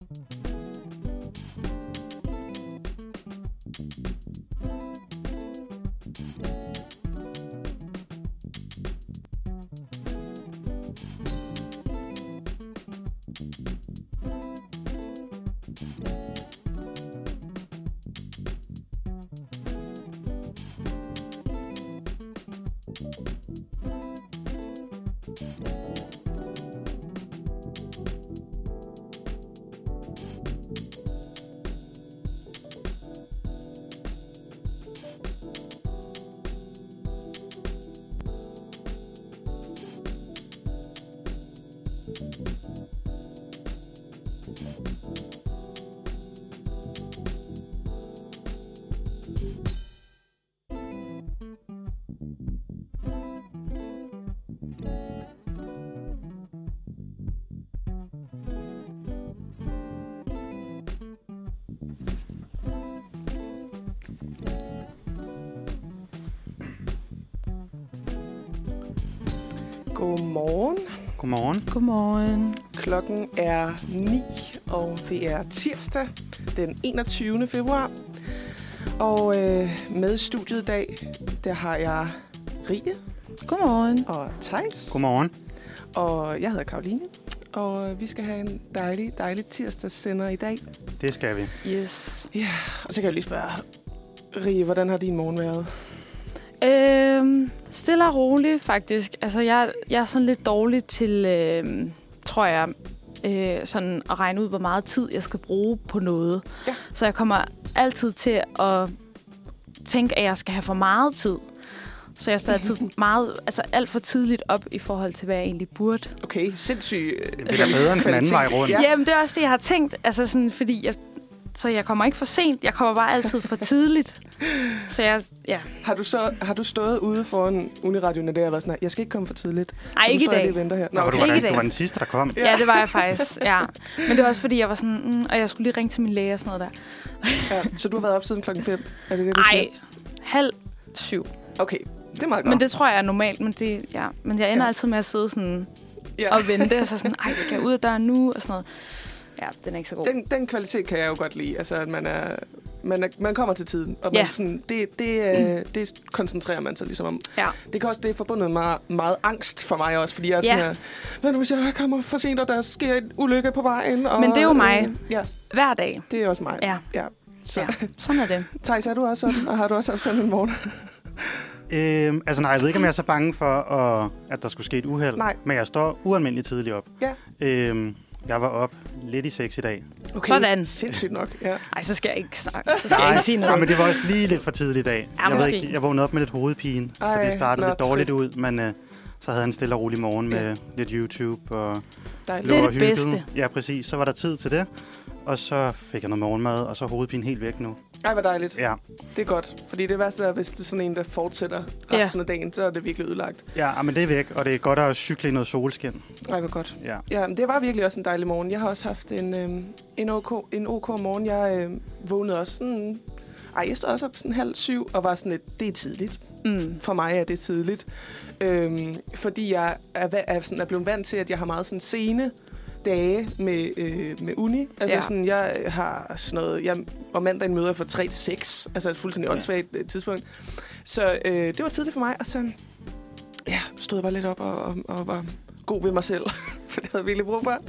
Godmorgen. Godmorgen. Godmorgen. Klokken er 9, og det er tirsdag den 21. februar. Og med i studiet i dag, der har jeg Rie. Godmorgen. Og Thijs. Godmorgen. Og jeg hedder Karoline. Og vi skal have en dejlig tirsdagssender i dag. Det skal vi. Yes. Ja, og så kan jeg lige spørge, Rie, hvordan har din morgen været? Stille og roligt, faktisk. Altså, jeg er sådan lidt dårlig til, tror jeg, sådan at regne ud, hvor meget tid jeg skal bruge på noget. Ja. Så jeg kommer altid til at tænke, at jeg skal have for meget tid. Så jeg står altid alt for tidligt op i forhold til, hvad jeg egentlig burde. Okay, sindssygt. Det er da bedre end den anden vej rundt. Ja. Jamen, det er også det, jeg har tænkt. Altså, sådan, fordi jeg kommer ikke for sent. Jeg kommer bare altid for tidligt. Så Har du stået ude foran Uniradioen i dag og været sådan, jeg skal ikke komme for tidligt? Nej, ikke i dag. Du var den sidste, der kom. Ja, det var jeg faktisk, ja. Men det var også fordi, jeg var sådan, og jeg skulle lige ringe til min læge og sådan noget der. Ja, så du har været op siden klokken 5? Er det du siger? 6:30. Okay, det er meget godt. Men det tror jeg er normalt, men jeg ender altid med at sidde sådan og vente, og så sådan, skal jeg ud af døren nu, og sådan noget. Ja, den er ikke så god. Den kvalitet kan jeg jo godt lide, altså at man kommer til tiden, og man sådan, det koncentrerer man sig ligesom om. Ja. Det er forbundet med meget angst for mig også, fordi jeg er sådan her, men hvis jeg kommer for sent, og der sker en ulykke på vejen. Og, men det er jo mig. Hver dag. Det er også mig. Ja. Så. Ja, sådan er det. Thijs, er du også sådan, og har du også haft sådan en morgen? Nej, jeg ved ikke, om jeg er så bange for, at der skulle ske et uheld. Nej. Men jeg står ualmindeligt tidligt op. Ja. Jeg var op lidt i 6 i dag. Okay. Sådan. Sindssygt nok, ja. Ej, så skal jeg ikke snakke. Så skal jeg ikke sige noget. Nej, men det var også lige lidt for tidligt i dag. Ja, jeg vågnede op med lidt hovedpine, så det startede lidt dårligt ud. Men så havde jeg en stille og rolig morgen med lidt YouTube og det er det bedste. Ja, præcis. Så var der tid til det. Og så fik jeg noget morgenmad, og så er hovedpinen helt væk nu. Ej, hvor dejligt. Ja. Det er godt, fordi det værste er, hvis det er sådan en, der fortsætter resten af dagen, så er det virkelig ødelagt. Ja, men det er væk, og det er godt at cykle i noget solskin. Ej, hvor godt. Ja, men det var virkelig også en dejlig morgen. Jeg har også haft en OK morgen. Jeg vågnede også sådan... jeg stod også op sådan 6:30 og var sådan lidt, det er tidligt. For mig er det tidligt. Fordi jeg er blevet vant til, at jeg har meget sådan sene dage med uni. Altså sådan, jeg har sådan noget... om mandagen møder fra 3 til 6. Altså et fuldstændig åndssvagt tidspunkt. Så det var tidligt for mig, og så stod jeg bare lidt op og var god ved mig selv. For det havde jeg virkelig brug for.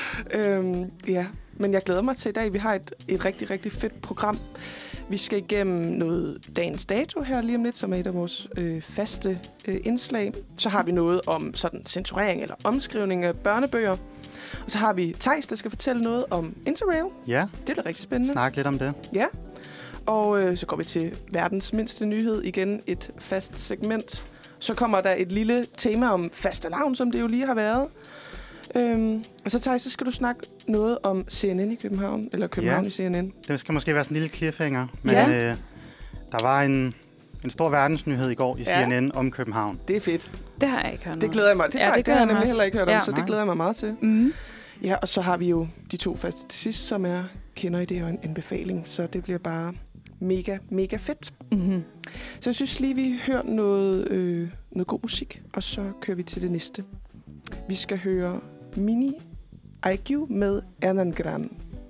Men jeg glæder mig til i dag. Vi har et rigtig, rigtig fedt program. Vi skal igennem noget dagens dato her lige om lidt, som er et af vores faste indslag. Så har vi noget om sådan censurering eller omskrivning af børnebøger. Og så har vi Thijs, der skal fortælle noget om Interrail. Ja. Det er da rigtig spændende. Snak lidt om det. Ja. Og så går vi til verdens mindste nyhed. Igen et fast segment. Så kommer der et lille tema om fastelavn, som det jo lige har været. Og så Thijs, så skal du snakke noget om CNN i København. Eller København i CNN. Det skal måske være sådan en lille cliffhanger. Men der var en stor verdensnyhed i går i CNN om København. Det er fedt. Det har jeg ikke hørt noget. Det glæder jeg mig. Det har jeg nemlig heller ikke hørt om, så det glæder jeg mig meget til. Mm. Ja, og så har vi jo de 2 faste til sidst, som er kender I det og en anbefaling. Så det bliver bare mega, mega fedt. Mm-hmm. Så jeg synes lige, vi hører noget god musik, og så kører vi til det næste. Vi skal høre Mini IQ med Hernan Gran.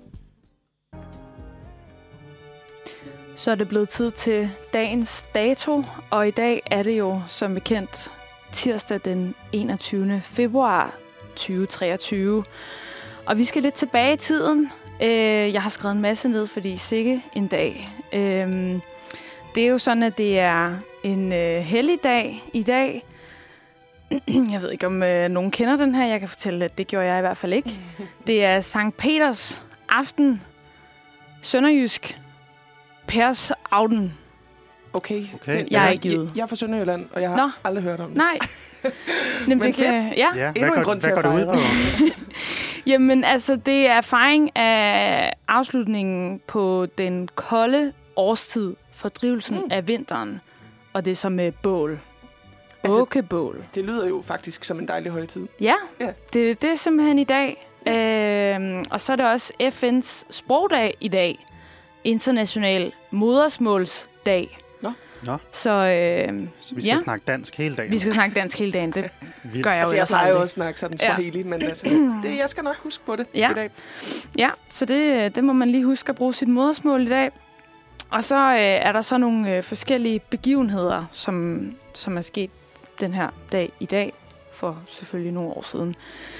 Så er det blevet tid til dagens dato, og i dag er det jo som bekendt tirsdag den 21. februar 2023. Og vi skal lidt tilbage i tiden. Jeg har skrevet en masse ned, fordi sikke en dag. Det er jo sådan, at det er en helligdag i dag. Jeg ved ikke, om nogen kender den her. Jeg kan fortælle, at det gjorde jeg i hvert fald ikke. Det er Sankt Peters aften. Sønderjysk. Pers Auden. Okay. Jeg er ikke givet. Jeg er fra Sønderjylland, og jeg har aldrig hørt om det. Nej. Men fedt. Ja, endnu en grund til at fejre. Jamen, altså, det er fejring af afslutningen på den kolde årstid, fordrivelsen af vinteren, og det er så med bål. Åkebål. Det lyder jo faktisk som en dejlig højtid. Ja, det er simpelthen i dag. Og så er det også FN's sprogdag i dag. International modersmålsdag. Nå. Så vi skal snakke dansk hele dagen. Vi skal snakke dansk hele dagen. Det gør jeg jo. Jeg plejer jo at snakke sådan swahili, men altså, jeg skal nok huske på det i dag. Ja, så det må man lige huske at bruge sit modersmål i dag. Og så er der så nogle forskellige begivenheder, som er sket den her dag i dag, for selvfølgelig nogle år siden.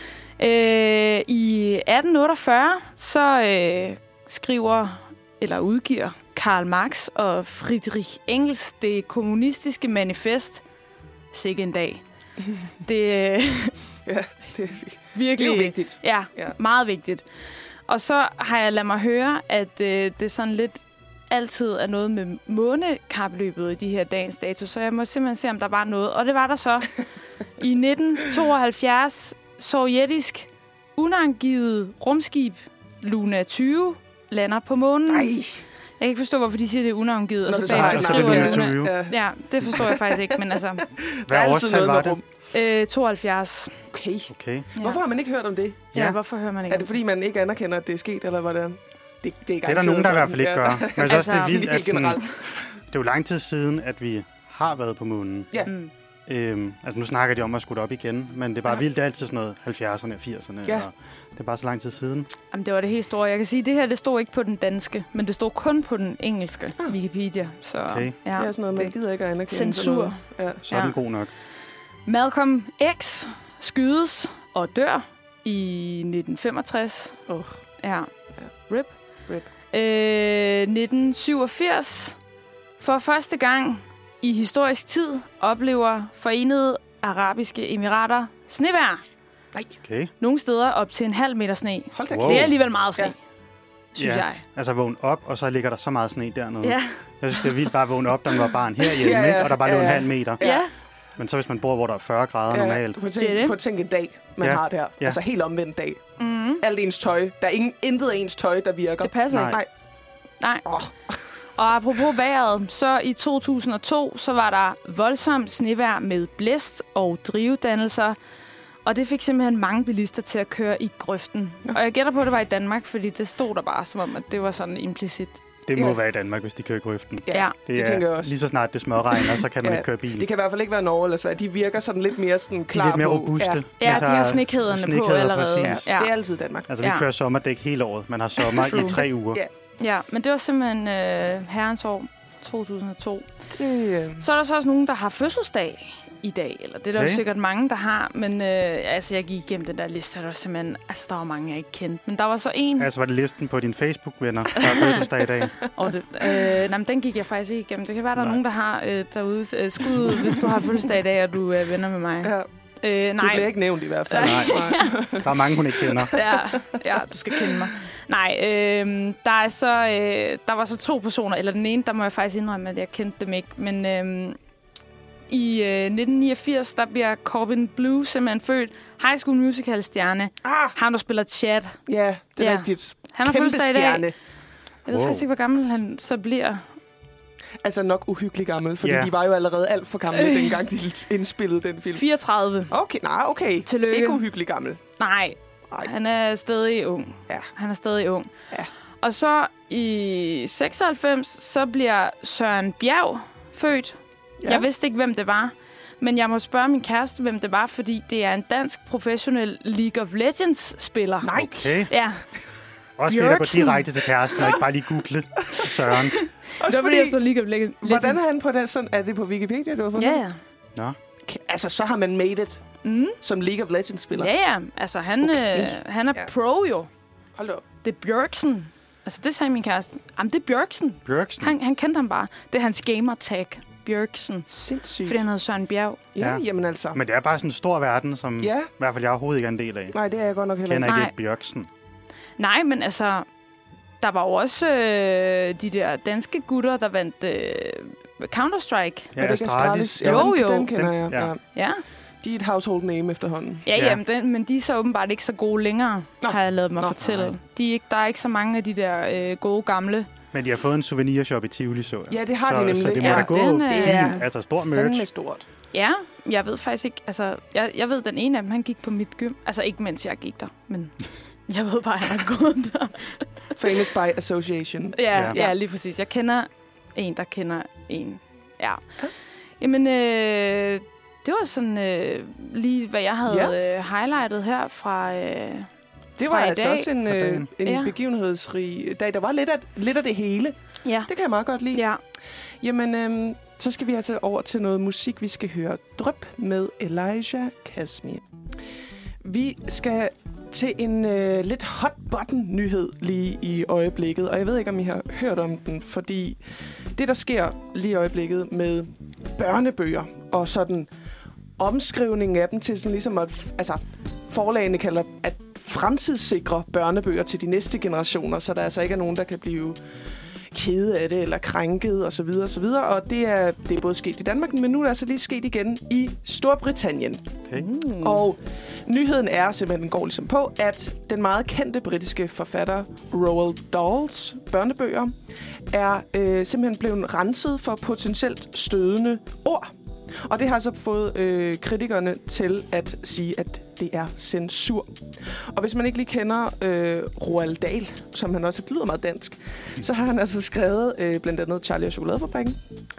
I 1848, så skriver eller udgiver Karl Marx og Friedrich Engels det kommunistiske manifest. Sikke en dag. Det er virkelig... Det er jo vigtigt. Ja, meget vigtigt. Og så har jeg ladet mig høre, at det sådan lidt altid er noget med månekapløbet i de her dagens dato, så jeg må simpelthen se, om der var noget. Og det var der så. I 1972, sovjetisk unangivet rumskib Luna 20 lander på månen. Nej. Jeg kan ikke forstå, hvorfor de siger, det er unangivet. Og så bagefter skriver Luna. Ja, det forstår jeg faktisk ikke, men altså... Hvad årstal var det? 72. Okay. Ja. Hvorfor har man ikke hørt om det? Ja, hvorfor hører man ikke? Er det, fordi man ikke anerkender, at det er sket, eller hvordan? Det er der nogen, der i hvert fald ikke gør. Men jeg synes også, det er vildt, at sådan, det er jo lang tid siden, at vi har været på månen. Ja. Altså nu snakker de om at skudt op igen, men det er bare vildt, det er altid sådan noget 70'erne og 80'erne. Ja. Og det er bare så lang tid siden. Jamen, det var det helt store. Jeg kan sige, at det her, det stod ikke på den danske, men det stod kun på den engelske Wikipedia. Så, okay. Det er sådan noget, man gider ikke at anerkende. Censur. Så er den god nok. Malcolm X skydes og dør i 1965. Ja. RIP. 1987. For første gang i historisk tid oplever Forenede Arabiske Emirater snevejr. Nej. Okay. Nogle steder op til 0,5 meter sne. Hold da wow. Det er alligevel meget sne, synes jeg. Altså vågne op, og så ligger der så meget sne dernede. Ja. Jeg synes, det er vildt bare at vågne op, da man var barn herhjemme, ikke? Og der bare lå 0,5 meter. Ja. Men så hvis man bor, hvor der er 40 grader normalt. Prøv at tænke en dag, man har der. Ja. Altså helt omvendt dag. Alt ens tøj. Der er intet af ens tøj, der virker. Det passer ikke. Nej. Og apropos vejret, så i 2002, så var der voldsomt snevejr med blæst og drivdannelser. Og det fik simpelthen mange bilister til at køre i grøften. Og jeg gætter på, at det var i Danmark, fordi det stod der bare, som om at det var sådan implicit. Det må være i Danmark, hvis de kører i grøften. Ja, det tænker jeg også. Lige så snart det smørregner, så kan man ikke køre bil. Det kan i hvert fald ikke være Norge eller Sverige. De virker sådan lidt mere sådan klar på. De er lidt mere robuste. Ja, de har snekæderne på allerede. Ja, det er altid Danmark. Altså, vi kører sommerdæk hele året. Man har sommer i 3 uger. Ja, men det var simpelthen herrens år 2002. Så er der så også nogen, der har fødselsdag i dag, eller det er der jo sikkert mange, der har, men altså, jeg gik igennem den der liste, og der var simpelthen, altså, der var mange, jeg ikke kendte, men der var så en... Altså, var det listen på dine Facebook-venner, der har fødselsdag i dag? Nej, men den gik jeg faktisk ikke igennem. Det kan være, der er nogen, der har derude skud, hvis du har fødselsdag i dag, og du er venner med mig. Ja. Nej. Du bliver ikke nævnt i hvert fald. Nej. Der er mange, hun ikke kender. Ja, du skal kende mig. Nej, der var så 2 personer, eller den ene, der må jeg faktisk indrømme, at jeg kendte dem ikke, men i 1989, der bliver Corbin Bleu simpelthen født. High School Musical-stjerne. Han der spiller Chad. Ja, det er rigtigt. Han har fødselsdag i dag. Jeg ved faktisk ikke, hvor gammel han så bliver. Altså nok uhyggelig gammel, fordi de var jo allerede alt for gamle, dengang de indspillede den film. 34. Okay. Tillykke. Ikke uhyggelig gammel. Nej, han er stadig ung. Ja. Han er stadig ung. Ja. Og så i 96, så bliver Søren Bjerg født. Ja. Jeg vidste ikke, hvem det var. Men jeg må spørge min kæreste, hvem det var, fordi det er en dansk professionel League of Legends-spiller. Nej. Okay. Ja. Også fedt at gå direkte til kæresten og ikke bare lige google Søren. Det var fordi, jeg stod League of Legends. Hvordan er han på det? Sådan, er det på Wikipedia, du har fundet? Ja. Nå. Altså, så har man made it som League of Legends-spiller. Ja. Altså, han er pro jo. Hold op. Det er Bjørksen. Altså, det sagde min kæreste. Jamen, det er Bjørksen. Han kendte ham bare. Det er hans gamer-tag. Bjørksen. Sindssygt. Fordi han hedder Søren Bjerg. Ja, jamen altså. Men det er bare sådan en stor verden, som i hvert fald jeg overhovedet ikke er en del af. Nej, det er jeg godt nok heller ikke. Kender ikke Bjørksen. Nej, men altså, der var jo også de der danske gutter, der vandt Counter-Strike. Ja, Astralis. Jo. Den kender jeg. Ja. De er et household name efterhånden. Ja. Men de er så åbenbart ikke så gode længere, har jeg lavet mig fortælle. Der er ikke så mange af de der gode gamle. Men de har fået en souvenirshop i Tivoli, så jeg. Ja, det har de nemlig. Så det må da gå fint. Altså, stor merch. Stort. Ja, jeg ved faktisk ikke. Altså, jeg ved, den ene af dem, han gik på mit gym. Altså, ikke mens jeg gik der, men jeg ved bare, at han er gået der. Famous by association. Ja, lige præcis. Jeg kender en, der kender en. Ja. Jamen, det var sådan lige, hvad jeg havde highlightet her fra det var altså også en begivenhedsrig dag. Der var lidt af det hele. Ja. Det kan jeg meget godt lide. Ja. Jamen, så skal vi altså over til noget musik. Vi skal høre Dryp med Elijah Kashmir. Vi skal til en lidt hot button nyhed lige i øjeblikket. Og jeg ved ikke, om I har hørt om den, fordi det, der sker lige i øjeblikket med børnebøger og sådan omskrivningen af dem til sådan ligesom at forlagene kalder at fremtidssikre børnebøger til de næste generationer, så der altså ikke er nogen, der kan blive kede af det eller krænket og så videre og så videre. Og det er både sket i Danmark, men nu er det altså lige sket igen i Storbritannien. Okay. Og nyheden er simpelthen, den går ligesom på, at den meget kendte britiske forfatter Roald Dahls børnebøger er simpelthen blevet renset for potentielt stødende ord. Og det har så fået kritikerne til at sige, at det er censur. Og hvis man ikke lige kender Roald Dahl, som han også lyder meget dansk, så har han altså skrevet blandt andet Charlie og Chokoladefabrikken,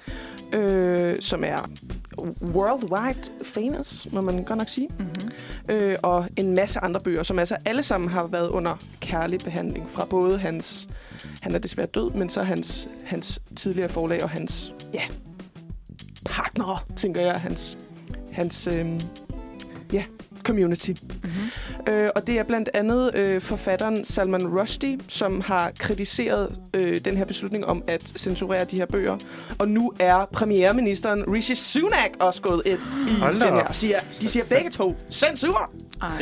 som er worldwide famous, må man godt nok sige. Mm-hmm. Og en masse andre bøger, som altså alle sammen har været under kærlig behandling fra både hans, han er desværre død, men så hans tidligere forlag og hans, partnere, tænker jeg, hans community. Mm-hmm. Og det er blandt andet forfatteren Salman Rushdie, som har kritiseret den her beslutning om at censurere de her bøger. Og nu er premierministeren Rishi Sunak også gået ind i den her. De siger begge to, censur!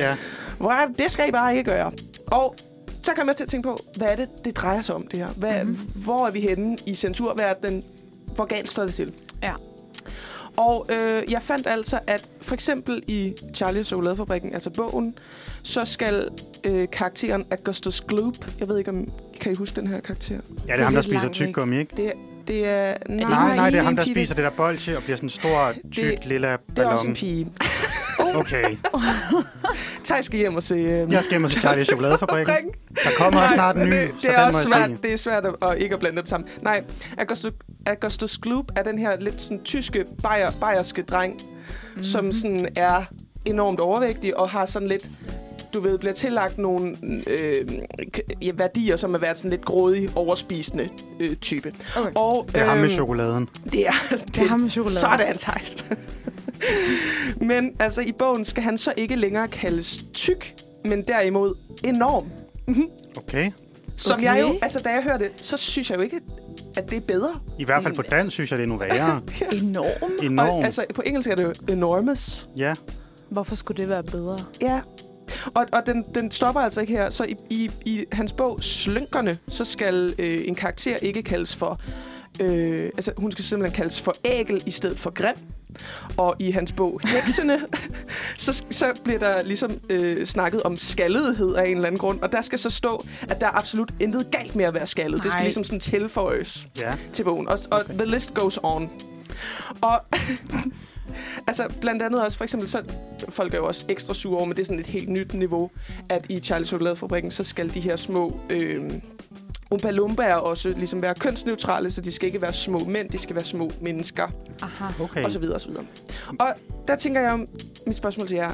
Det skal I bare ikke gøre. Og så kommer jeg til at tænke på, hvad er det drejer sig om det her? Hvor er vi henne i censurverdenen? Hvor galt står det til? Ja. Og jeg fandt altså, at for eksempel i Charlie og Chokoladefabrikken, altså bogen, så skal karakteren Augustus Gloop, jeg ved ikke om, kan I huske den her karakter? Ja, det er ham, der spiser tyggegummi, ikke? Det er... Nej, det er ham, der spiser det der bolsje og bliver sådan en stor, tyk, lille ballon. Det er også en pige. Okay. Tej skal hjem og se... Jeg skal hjem og se Charlie og Chokoladefabrikken. Der kommer snart en ny, så den må jeg se. Det er svært at ikke at blande dem sammen. Nej, Augustus Gloop er den her lidt sådan tyske, bayerske dreng, som sådan er enormt overvægtig og har sådan lidt... Du ved, bliver tillagt nogle værdier, som er været sådan lidt grådig, overspisende type. Okay. Og, det er ham med chokoladen. Det er ham med chokoladen. Sådan, Theis. Men altså, i bogen skal han så ikke længere kaldes tyk, men derimod enorm. Okay. Som jeg jo, altså da jeg hører det, så synes jeg jo ikke, at det er bedre. I hvert fald på dansk synes jeg, det er nu værre. Enorm? Og, altså, på engelsk er det jo enormous. Ja. Hvorfor skulle det være bedre? Ja. Og den stopper altså ikke her. Så i hans bog Slynkerne, så skal en karakter ikke kaldes for... altså, hun skal simpelthen kaldes for ægel i stedet for grim. Og i hans bog Heksene, så bliver der ligesom snakket om skallethed af en eller anden grund. Og der skal så stå, at der er absolut intet galt med at være skaldet. Det skal ligesom sådan tilføjes til bogen. Og the list goes on. Og... altså, blandt andet også, for eksempel, så folk er jo også ekstra sure over, men det er sådan et helt nyt niveau, at i Charlie Chokoladefabrikken, så skal de her små Oompa Loompa også ligesom være kønsneutrale, så de skal ikke være små mænd, de skal være små mennesker. Aha. Okay. Og så videre, og så videre. Og der tænker jeg om, mit spørgsmål til jer,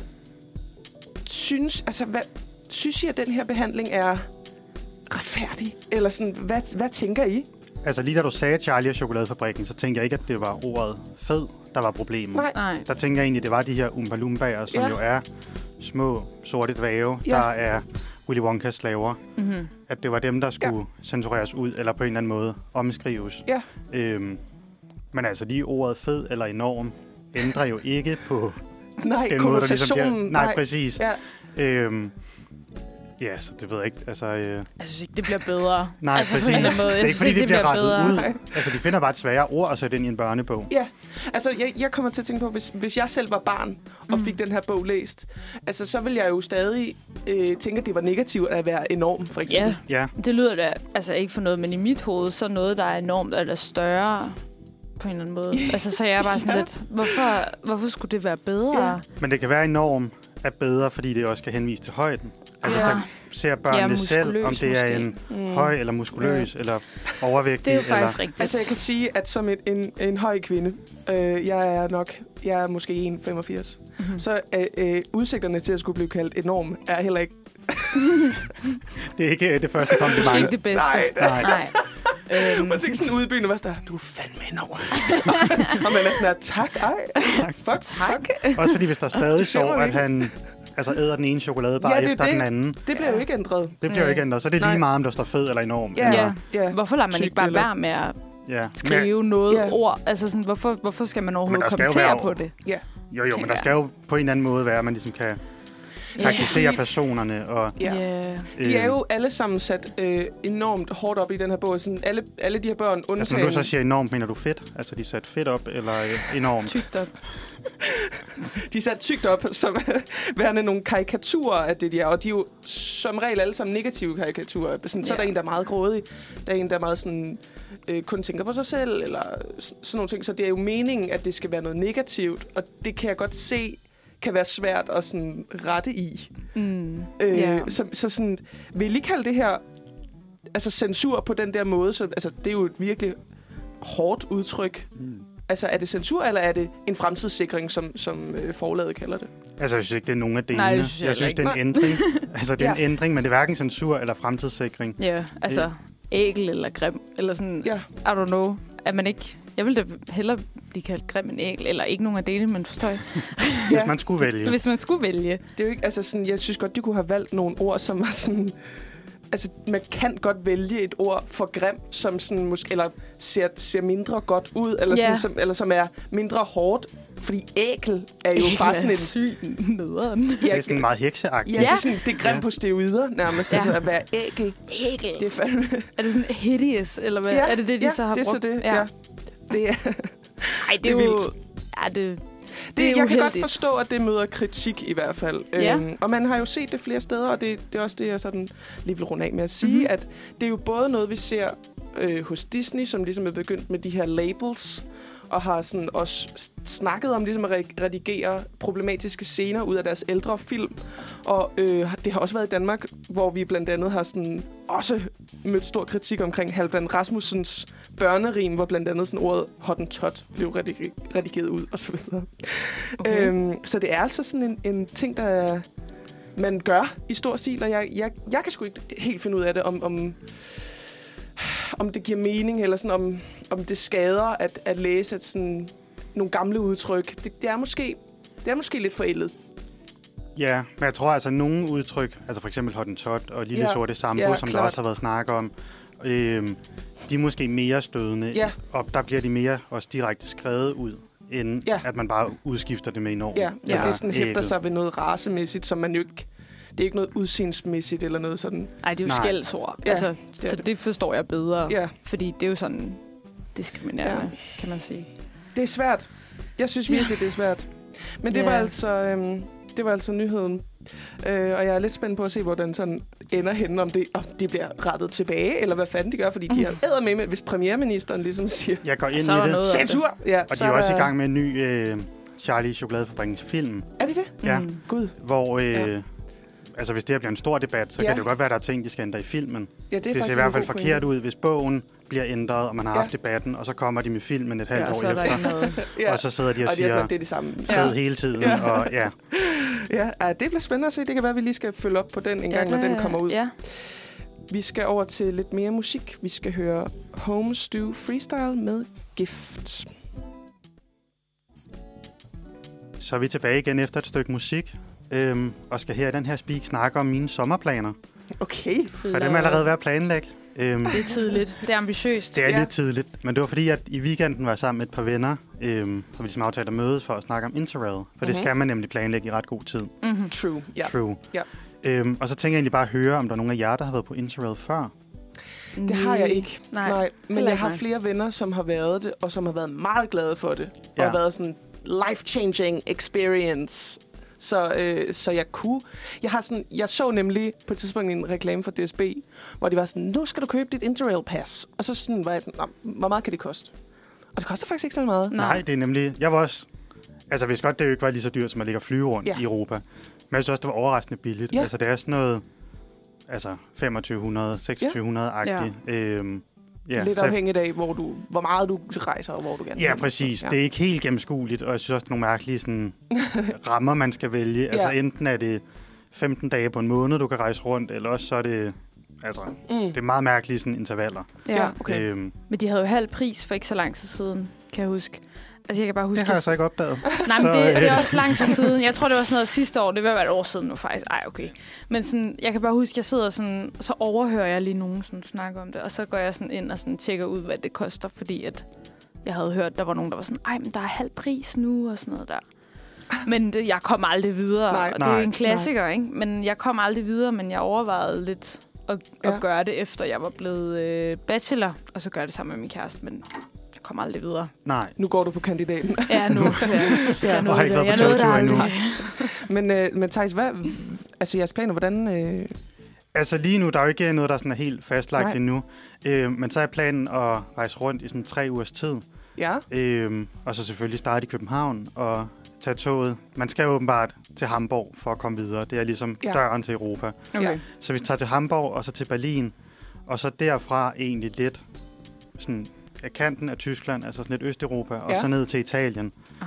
synes I, at den her behandling er retfærdig? Eller sådan, hvad tænker I? Altså lige da du sagde Charlie og chokoladefabrikken, så tænkte jeg ikke, at det var ordet fed, der var problemet. Nej. Der tænker jeg egentlig, det var de her Oompa Loombaer, som jo er små sorte dvæve, der er Willy Wonkas slaver. Mm-hmm. At det var dem, der skulle censureres ud, eller på en eller anden måde omskrives. Ja. Men altså lige ordet fed eller enorm ændrer jo ikke på den måde, der ligesom bliver... Nej, præcis. Ja. Ja, så det ved jeg ikke. Altså, jeg synes ikke, det bliver bedre. Nej, altså, præcis. Det er ikke, fordi det bliver rettet ud. Altså, de finder bare et sværere ord at sætte ind i en børnebog. Ja, altså, jeg kommer til at tænke på, hvis jeg selv var barn og fik den her bog læst, altså, så ville jeg jo stadig tænke, at det var negativt at være enorm, for eksempel. Ja, det lyder da altså ikke for noget, men i mit hoved, så noget, der er enormt eller større på en eller anden måde. Altså, så jeg er bare sådan lidt, hvorfor skulle det være bedre? Ja. Men det kan være enorm er bedre, fordi det også kan henvise til højden. Altså, så ser børnene selv, om det er en høj eller muskuløs eller overvægtig. Det er jo faktisk rigtigt. Altså, jeg kan sige, at som en høj kvinde, jeg er måske 1,85, så udsigterne til at skulle blive kaldt enorm er heller ikke... Det er ikke det første kompliment. Det er ikke det bedste. Nej. Man tænker sådan udbyggende, hvad der du er fandme enorm. Og man er sådan her, tak, tak. Også fordi, hvis der stadig står, at han æder den ene chokoladebar efter den anden. Det bliver jo ikke ændret. Det bliver jo ikke ændret, så det er lige meget, om der står fed eller enorm. Ja. Hvorfor lader man ikke bare være med at skrive noget ord? Altså sådan, hvorfor skal man overhovedet kommentere på det? Ja. Jo, men der skal jo på en eller anden måde være, at man ligesom kan karakterisere personerne. Og, de er jo alle sammen sat enormt hårdt op i den her bog. Sådan alle de her børn undtagen... Altså, når du så siger enormt, mener du fedt? Altså, de er sat fedt op, eller enormt? Tykt op. De er sat tykt op, som værende nogle karikaturer af det, de er. Og de er jo som regel alle sammen negative karikaturer. Sådan, så er der en, der er meget grådig. Der er en, der er meget sådan... kun tænker på sig selv, eller sådan nogle ting. Så det er jo meningen, at det skal være noget negativt. Og det kan jeg godt se kan være svært at sådan rette i. Så sådan, vil I lige kalde det her altså censur på den der måde? Så, altså, det er jo et virkelig hårdt udtryk. Altså, er det censur, eller er det en fremtidssikring, som forlaget kalder det? Altså, jeg synes ikke, det er nogen af delene. Nej, jeg synes det er en ændring. Altså, det er en ændring, men det er hverken censur eller fremtidssikring. Ja, altså ækel eller grim, eller sådan, I don't know. Er man ikke... Jeg ville da hellere blive kaldt grim end ægel, eller ikke nogen af delene, men forstår jeg. Hvis man skulle vælge. Hvis man skulle vælge. Det er jo ikke, altså sådan, jeg synes godt, de kunne have valgt nogle ord, som var sådan... Altså, man kan godt vælge et ord for grim, som sådan, måske, eller ser mindre godt ud, eller, sådan, som er mindre hårdt. Fordi ækel er jo bare sådan en... syg nederen. Det er sådan meget hekseagtigt. Ja, det er, sådan, det er grim på steroider nærmest. Altså, at være ækel. Ækel. Det er fandme... Er det sådan hideous, eller hvad? Er det de så har brugt? Det er så det, ja. Det er... Ej, det er jo... Vildt. Ja, det jeg kan godt forstå, at det møder kritik i hvert fald. Og man har jo set det flere steder, og det er også det, jeg sådan lige vil runde af med at sige, at det er jo både noget, vi ser hos Disney, som ligesom er begyndt med de her labels, og har sådan også snakket om ligesom at redigere problematiske scener ud af deres ældre film. Og det har også været i Danmark, hvor vi blandt andet har sådan også mødt stor kritik omkring Halvdan Rasmussens børnerim, hvor blandt andet sådan ordet hottentot blev redigeret ud, og så videre. Okay. Så det er altså sådan en ting, der man gør i stor stil, og jeg kan sgu ikke helt finde ud af det, om det giver mening, eller sådan, om det skader at læse sådan nogle gamle udtryk. Det er måske lidt forældet. Ja, men jeg tror altså, at nogle udtryk, altså for eksempel hottentot og lille sorte sambo, som der også har været snak om, de er måske mere stødende, og der bliver de mere også direkte skrevet ud, end at man bare udskifter det med enormt. Ja, det sådan hæfter sig ved noget racemæssigt, som man jo ikke... Det er ikke noget udseendsmæssigt eller noget sådan. Nej, det er jo skældsord. Ja, altså, så det forstår jeg bedre. Ja. Fordi det er jo sådan diskriminerende, kan man sige. Det er svært. Jeg synes virkelig, det er svært. Men det var altså nyheden. Og jeg er lidt spændt på at se, hvor den sådan ender henne, om det bliver rettet tilbage, eller hvad fanden de gør, fordi de har æder med, hvis premierministeren ligesom siger... Jeg går ind i det. Censur! Ja, og de er også i gang med en ny Charlie Chokoladefabrikkens film. Er det det? Ja. Gud. Hvor... Altså, hvis det her bliver en stor debat, så kan det jo godt være, at der er ting, de skal ændre i filmen. Ja, det ser i hvert fald forkert ud, hvis bogen bliver ændret, og man har haft debatten, og så kommer de med filmen et halvt år efter. Og så sidder de og siger, det er det samme. Fed hele tiden. Og, det bliver spændende at se. Det kan være, at vi lige skal følge op på den en gang, når den kommer ud. Ja. Vi skal over til lidt mere musik. Vi skal høre Home Stew Freestyle med Gift. Så er vi tilbage igen efter et stykke musik, og skal her i den her speak snakke om mine sommerplaner. Okay. For dem er allerede ved at planlægge. Det er tidligt. Det er ambitiøst. Det er lidt tidligt, men det var fordi, at i weekenden var jeg sammen med et par venner, og vi ligesom aftalte at mødes for at snakke om Interrail. For det skal man nemlig planlægge i ret god tid. True. Yeah. True. Yeah. Og så tænker jeg egentlig bare at høre, om der er nogen af jer, der har været på Interrail før. Det har jeg ikke. Nej. Men jeg har mig. flere venner, som har været det, og som har været meget glade for det. Og har været sådan life-changing experience. Så jeg har sådan, jeg så nemlig på et tidspunkt en reklame for DSB, hvor de var sådan, nu skal du købe dit Interrail Pass. Og så sådan, var jeg sådan, hvor meget kan det koste? Og det koster faktisk ikke så meget. Nej, det er nemlig, jeg var også, altså hvis godt det jo ikke var lige så dyrt, som at ligge og flyve rundt i Europa. Men jeg synes også, det var overraskende billigt. Ja. Altså det er sådan noget, altså 2500-2600-agtigt. Ja, lidt afhængigt af, hvor meget du rejser, og hvor du gerne vil. Ja, præcis. Ja. Det er ikke helt gennemskueligt, og jeg synes også, det er nogle mærkelige sådan, rammer, man skal vælge. Altså enten er det 15 dage på en måned, du kan rejse rundt, eller også så er det, altså, det er meget mærkelige sådan, intervaller. Ja, okay. Men de havde jo halv pris for ikke så lang tid siden, kan jeg huske. Altså, jeg kan bare huske... Det har jeg så ikke opdaget. Nej, men det er også lang tid siden. Jeg tror, det var sådan noget sidste år. Det vil være et år siden nu, faktisk. Ej, okay. Men sådan, jeg kan bare huske, jeg sidder sådan... Så overhører jeg lige nogen sådan snakke om det. Og så går jeg sådan ind og sådan tjekker ud, hvad det koster. Fordi at jeg havde hørt, der var nogen, der var sådan... Ej, men der er halv pris nu og sådan noget der. Men jeg kom aldrig videre. Og det er jo en klassiker, ikke? Men jeg kom aldrig videre, men jeg overvejede lidt at gøre det, efter jeg var blevet bachelor. Og så gøre det sammen med min kæreste, men... kommer aldrig videre. Nej. Nu går du på kandidaten. Ja, nu. Jeg har ikke været på togtur endnu. Men Theis, hvad... Altså, jeres planer, hvordan... Altså, lige nu, der er jo ikke noget, der sådan er helt fastlagt endnu. Men så er planen at rejse rundt i sådan 3 ugers tid. Ja. Og så selvfølgelig starte i København og tage toget. Man skal jo åbenbart til Hamburg for at komme videre. Det er ligesom døren til Europa. Okay. Så vi tager til Hamburg og så til Berlin. Og så derfra egentlig lidt sådan... af kanten af Tyskland, altså sådan lidt Østeuropa, og så ned til Italien.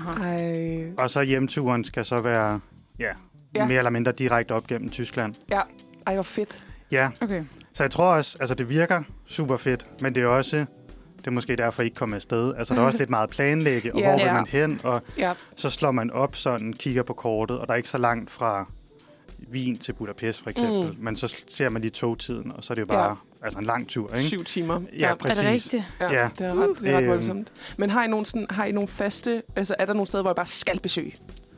Og så hjemturen skal så være mere eller mindre direkte op gennem Tyskland. Ja, ej, hvor fedt. Ja, okay. Så jeg tror også, altså det virker super fedt, men det er også, det er måske derfor ikke komme afsted. Altså der er også lidt meget planlægge, og hvor vil man hen, og så slår man op sådan, kigger på kortet, og der er ikke så langt fra Wien til Budapest for eksempel, men så ser man lige togtiden, og så er det jo bare altså en lang tur, ikke? 7 timer. Ja, præcis. Er det rigtigt? Ja, det er ret voldsomt. Men har I nogle faste, altså er der nogle steder, hvor I bare skal besøge?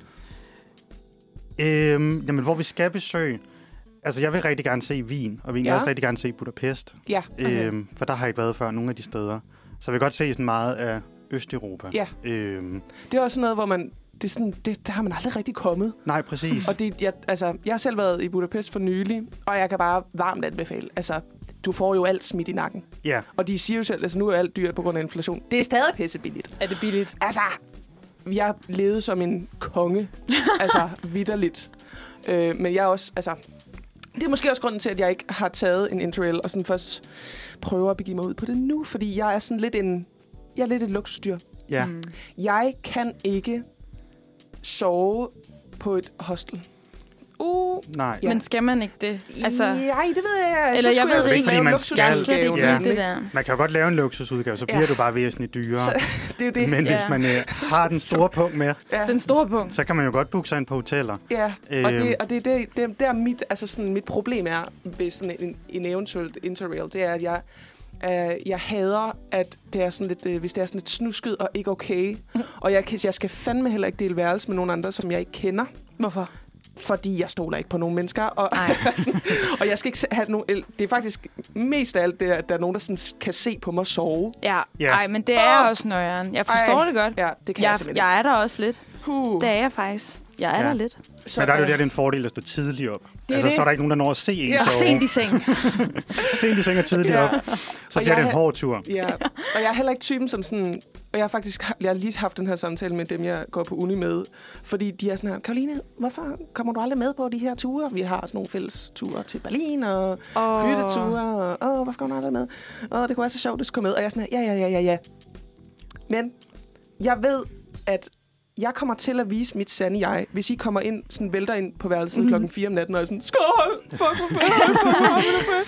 Jamen, hvor vi skal besøge, altså jeg vil rigtig gerne se Wien, og vi vil også rigtig gerne se Budapest. Ja. Okay. For der har jeg ikke været før nogle af de steder. Så jeg vil godt se sådan meget af Østeuropa. Ja. Det er også noget, hvor man... Det har man aldrig rigtig kommet. Nej, præcis. Og jeg har selv været i Budapest for nylig, og jeg kan bare varmt anbefale. Altså, du får jo alt smidt i nakken. Ja. Og de siger jo selv, altså nu er alt dyrt på grund af inflation. Det er stadig pissebilligt. Er det billigt? Altså, jeg levede som en konge. Altså, vitterligt. Men jeg er også, altså... Det er måske også grunden til, at jeg ikke har taget en Interrail, og sådan først prøver at begive mig ud på det nu, fordi jeg er sådan lidt jeg er lidt et luksusdyr. Ja. Jeg kan ikke sove på et hostel. Nej. Men skal man ikke det? Altså, nej, det ved jeg. Eller jeg ved ikke, fordi man skal det der. Man kan jo godt lave en luksusudgave, så bliver du bare væsentligt dyrere. Så, det er jo det. Men hvis man har den store punkt med, den store punkt, så kan man jo godt booke sig ind på hoteller. Ja, og det er der mit problem er ved sådan en eventuelt Interrail, det er, at jeg hader, at det er sådan lidt, hvis det er sådan lidt snusket og ikke okay. Og jeg skal fandme heller ikke dele værelse med nogen andre, som jeg ikke kender. Hvorfor? Fordi jeg stoler ikke på nogen mennesker. Og jeg skal ikke have nogen... Det er faktisk mest af alt det, at der er nogen, der sådan kan se på mig sove. Ja, ej, men det er også nøjeren. Jeg forstår det godt. Ja, det kan jeg er der også lidt. Det er jeg faktisk. Jeg er der lidt. Så, men der er jo det en fordel at stå tidligt op. Altså, så er der ikke nogen, der når at se en sove. Sent i seng. Sent i seng og tidligt op. Så bliver det en hård tur. Ja, og jeg er heller ikke typen som sådan... Og jeg har lige haft den her samtale med dem, jeg går på uni med. Fordi de er sådan her, Karoline, hvorfor kommer du aldrig med på de her ture? Vi har sådan nogle fælles ture til Berlin og hytteture. Og hvorfor kommer du aldrig med? Det kunne være så sjovt, du skulle med. Og jeg er sådan her, ja. Men jeg ved, at jeg kommer til at vise mit sande jeg, hvis I kommer ind, sådan vælter ind på værelset klokken 4 om natten, og er sådan, skål! Fuck, hvor fedt!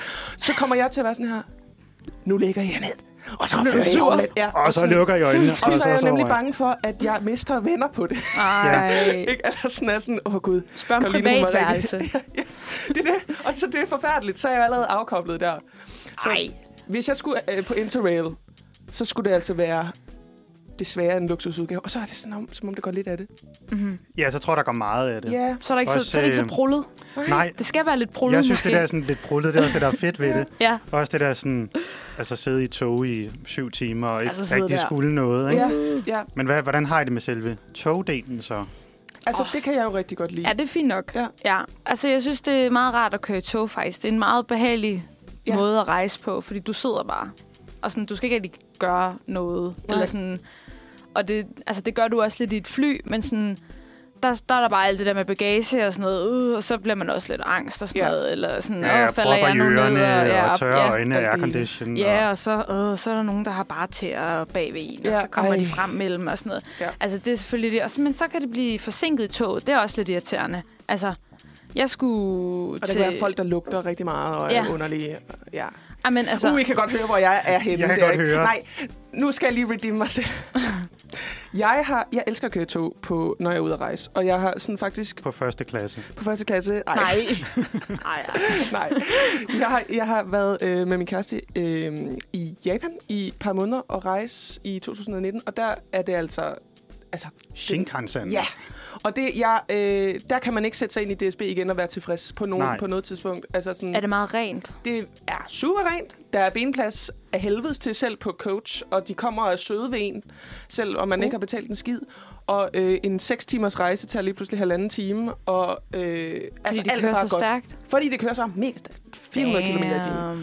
så kommer jeg til at være sådan her, nu ligger jeg ned. Og så bliver jeg sur. Ja, og så lukker jeg øjnene. Og så er jeg nemlig bange for, at jeg mister venner på det. Ikke? Eller sådan, gud. Spørg om privatværelse. Ja, det er det. Og så det er forfærdeligt. Så er jeg allerede afkoblet der. Så hvis jeg skulle på Interrail, så skulle det altså være desværre en luksusudgave. Og så er det sådan, som om det går lidt af det. Mm-hmm. Ja, så tror jeg, der går meget af det. Yeah. Så er det ikke så prullet. Nej. Det skal være lidt prullet. Jeg synes, det der er sådan lidt prullet. Det er også det, der er fedt ved det. Ja. Også det der sådan, altså sidde i tog i 7 timer og ikke rigtig skulle noget. Ikke? Ja. Men hvordan har I det med selve togdelen så? Altså, det kan jeg jo rigtig godt lide. Ja, det er fint nok. Ja. Altså, jeg synes, det er meget rart at køre i tog, faktisk. Det er en meget behagelig måde at rejse på, fordi du sidder bare. Og sådan, du skal ikke rigtig gøre noget. Nej. Eller sådan, og det gør du også lidt i et fly, men sådan, der er der bare alt det der med bagage og sådan noget, og så bliver man også lidt angst og sådan noget, eller sådan, falder jeg nu ned, og tørre øjne, aircondition. Ja, og så er der nogen, der har bare tæer bagved en, og så kommer de frem mellem og sådan noget. Ja. Altså, det er selvfølgelig det. Men så kan det blive forsinket i toget. Det er også lidt irriterende. Altså, jeg skulle og der kan være folk, der lugter rigtig meget og er underlige. Ja. Amen, altså, I kan godt høre, hvor jeg er henne. Jeg kan godt høre. Nej, nu skal jeg lige redeem mig selv. Jeg elsker at køre tog, når jeg er ude at rejse. Og jeg har sådan faktisk... På første klasse. På første klasse? Nej. Nej. Jeg har været med min kæreste i Japan i et par måneder og rejse i 2019. Og der er det altså Shinkansen. Ja. Og det, der kan man ikke sætte sig ind i DSB igen og være tilfreds på noget tidspunkt. Altså sådan, er det meget rent? Det er super rent. Der er benplads af helvedes til selv på coach, og de kommer og er søde ved en, selv om man ikke har betalt en skid. Og en 6 timers rejse tager lige pludselig 1,5 time. Og, fordi altså, det kører så stærkt? Fordi det kører så mega stærkt. 400 km i timen.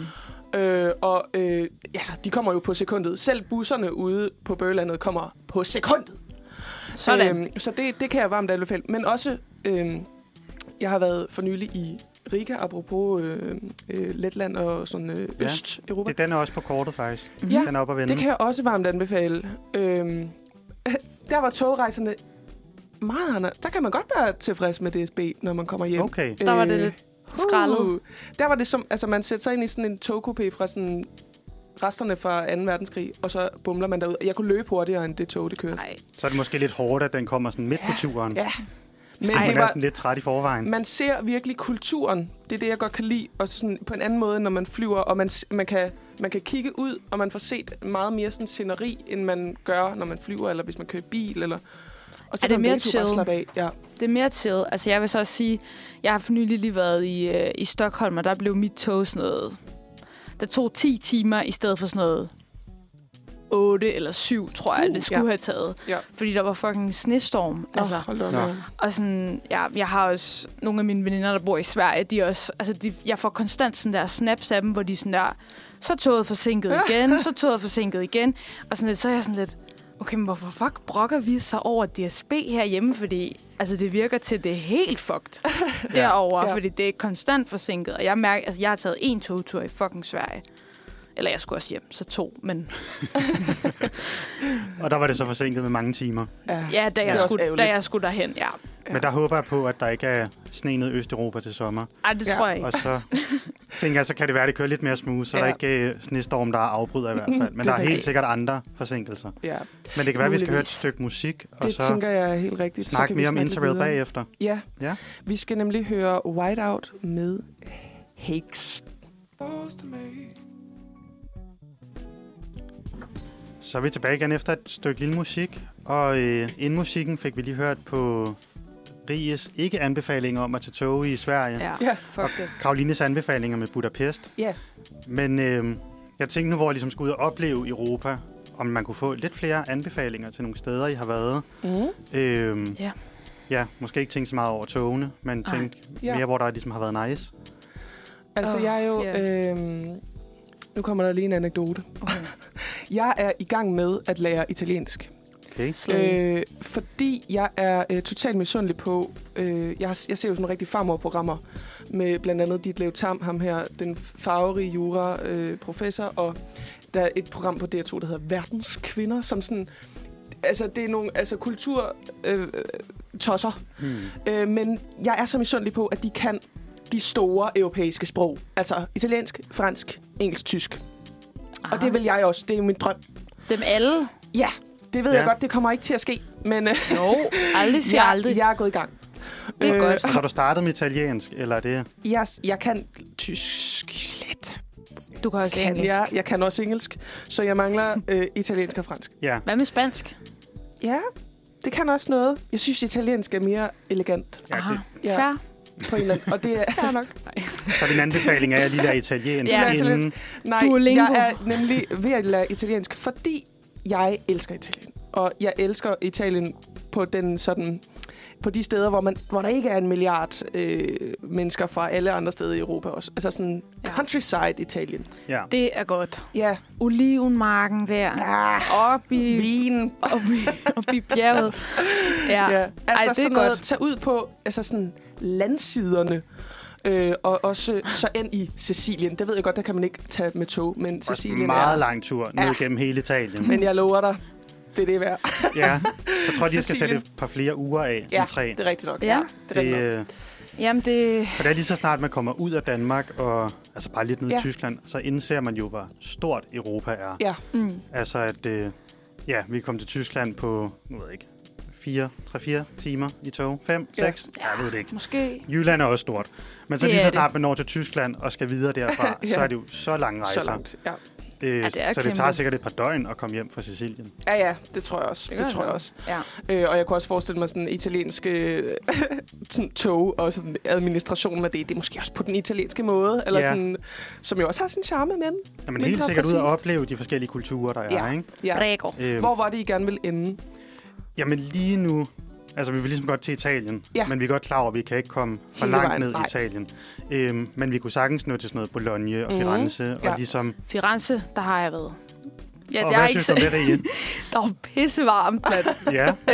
De kommer jo på sekundet. Selv busserne ude på Bøgelandet kommer på sekundet. Så det kan jeg varmt anbefale. Men også, jeg har været for nylig i Riga, apropos Letland og sådan Øst-Europa. Den er også på kortet faktisk. Ja, den er op at vende. Det kan jeg også varmt anbefale. Der var togrejserne meget andre. Der kan man godt være tilfreds med DSB, når man kommer hjem. Okay. Der var det lidt skrællet. Der var det som, altså man sætter sig ind i sådan en togkupé fra sådan resterne fra 2. verdenskrig, og så bumler man derud. Jeg kunne løbe hurtigere, end det tog, det kørte. Så er det måske lidt hårdt, at den kommer sådan midt på turen. Ja. Men man er sådan lidt træt i forvejen. Man ser virkelig kulturen. Det er det, jeg godt kan lide. Og sådan på en anden måde, når man flyver, og man kan kigge ud, og man får set meget mere sådan sceneri, end man gør, når man flyver, eller hvis man kører bil, eller... Og så er det mere chill? Af. Ja. Det er mere chill. Altså, jeg vil så også sige, jeg har for nylig lige været i Stockholm, og der blev mit tog sådan noget... Der tog 10 timer i stedet for sådan noget 8 eller 7, tror jeg, det skulle have taget. Ja. Fordi der var fucking snestorm. Og sådan, jeg har også nogle af mine veninder, der bor i Sverige, de også, altså jeg får konstant sådan der snaps af dem, hvor de sådan der, så er toget forsinket igen, så er toget forsinket igen. Og sådan lidt, så er jeg sådan lidt, okay, men hvorfor fuck brokker vi så over DSB herhjemme? Fordi altså, det virker til, det er helt fucked derovre, fordi det er konstant forsinket. Og jeg mærker, altså jeg har taget 1 togtur i fucking Sverige. Eller jeg skulle også hjem, så 2, men... Og der var det så forsinket med mange timer. Ja, da jeg skulle derhen, ja. Men der håber jeg på, at der ikke er sne ned Østeuropa til sommer. Ej, det tror jeg ikke. Og så tænker jeg, så kan det være, at det kører lidt mere smooth, så der er ikke snestorm, der afbryder i hvert fald. Men der er helt sikkert andre forsinkelser. Ja. Men det kan være, at vi skal høre et stykke musik, og så tænker jeg helt rigtigt. Snakke mere om Interrail bagefter. Ja, vi skal nemlig høre Whiteout med Hakes. Så er vi tilbage igen efter et stykke lille musik, og inden musikken fik vi lige hørt på Ries ikke-anbefalinger om at tage tog i Sverige, og Karolines anbefalinger med Budapest. Yeah. Men jeg tænkte nu, hvor jeg ligesom skulle ud og opleve Europa, om man kunne få lidt flere anbefalinger til nogle steder, I har været. Ja, måske ikke tænke så meget over togene, men tænke mere, hvor der ligesom har været nice. Altså, jeg er jo... Nu kommer der lige en anekdote. Okay. Jeg er i gang med at lære italiensk. Okay. Fordi jeg er totalt misundelig på... Jeg ser jo sådan rigtig farmor-programmer med blandt andet Ditlev Tamm, ham her, den farverige jura-professor, og der er et program på DR2, der hedder Verdens Kvinder, som sådan... Altså, det er nogle kultur tosser. Men jeg er så misundelig på, at de kan de store europæiske sprog. Altså italiensk, fransk, engelsk, tysk. Aha. Og det vil jeg også. Det er jo min drøm. Dem alle? Ja, det ved jeg godt. Det kommer ikke til at ske. Men jo, aldrig siger aldrig. Jeg er gået i gang. Det er godt. Så har du startet med italiensk, eller er det? Jeg kan tysk lidt. Du kan også engelsk. Jeg kan også engelsk, så jeg mangler italiensk og fransk. Ja. Hvad med spansk? Ja, det kan også noget. Jeg synes, italiensk er mere elegant. Aha, fair. På en eller anden. Og det er fair nok. Så din anbefaling er at lige lære italiensk inden? Nej, Duolingo. Jeg er nemlig ved at lære italiensk, fordi jeg elsker Italien. Og jeg elsker Italien på den sådan... På de steder, hvor der ikke er 1 milliard mennesker fra alle andre steder i Europa også. Altså sådan countryside Italien. Ja. Det er godt. Ja. Olivenmarken der. Ja. Op i... Vin. Op i bjerget. Ja. Altså det er sådan godt. noget, tage ud på altså sådan landsiderne. Og også så ind i Sicilien. Det ved jeg godt, der kan man ikke tage med tog. Men Sicilien er... meget lang tur ned gennem hele Italien. Men jeg lover dig, det er værd. Ja, så tror jeg, de skal sætte et par flere uger af i træ. Det er rigtigt nok. Ja. Det er rigtigt nok. Jamen det... For det er lige så snart, man kommer ud af Danmark, og altså bare lidt ned i Tyskland, så indser man jo, hvor stort Europa er. Ja. Altså at, vi kom til Tyskland på, nu ved jeg ikke, 3-4 timer i tog. 5, 6? Ja, jeg ved det ikke. Måske. Jylland er også stort. Men så lige så snart man når til Tyskland og skal videre derfra, så er det jo så lange rejser. Så langt, ja. Så det tager sikkert et par døgn at komme hjem fra Sicilien. Ja, det tror jeg også. Det tror jeg også. Ja. Og jeg kunne også forestille mig sådan italienske sådan tog og sådan administrationen af det. Det er måske også på den italienske måde, eller sådan, som jo også har sin charme, men... Ja, men helt sikkert ud at opleve de forskellige kulturer, der er, ikke? Ja. Hvor var det, I gerne vil ende? Jamen lige nu... Altså, vi vil ligesom godt til Italien, men vi er godt klar over, at vi kan ikke komme for langt ned i Italien. Men vi kunne sagtens nå til sådan noget Bologna og Firenze. Og ligesom... Firenze, der har jeg været. Ja, og hvad synes du om det derinde? Der var pissevarmt, mand.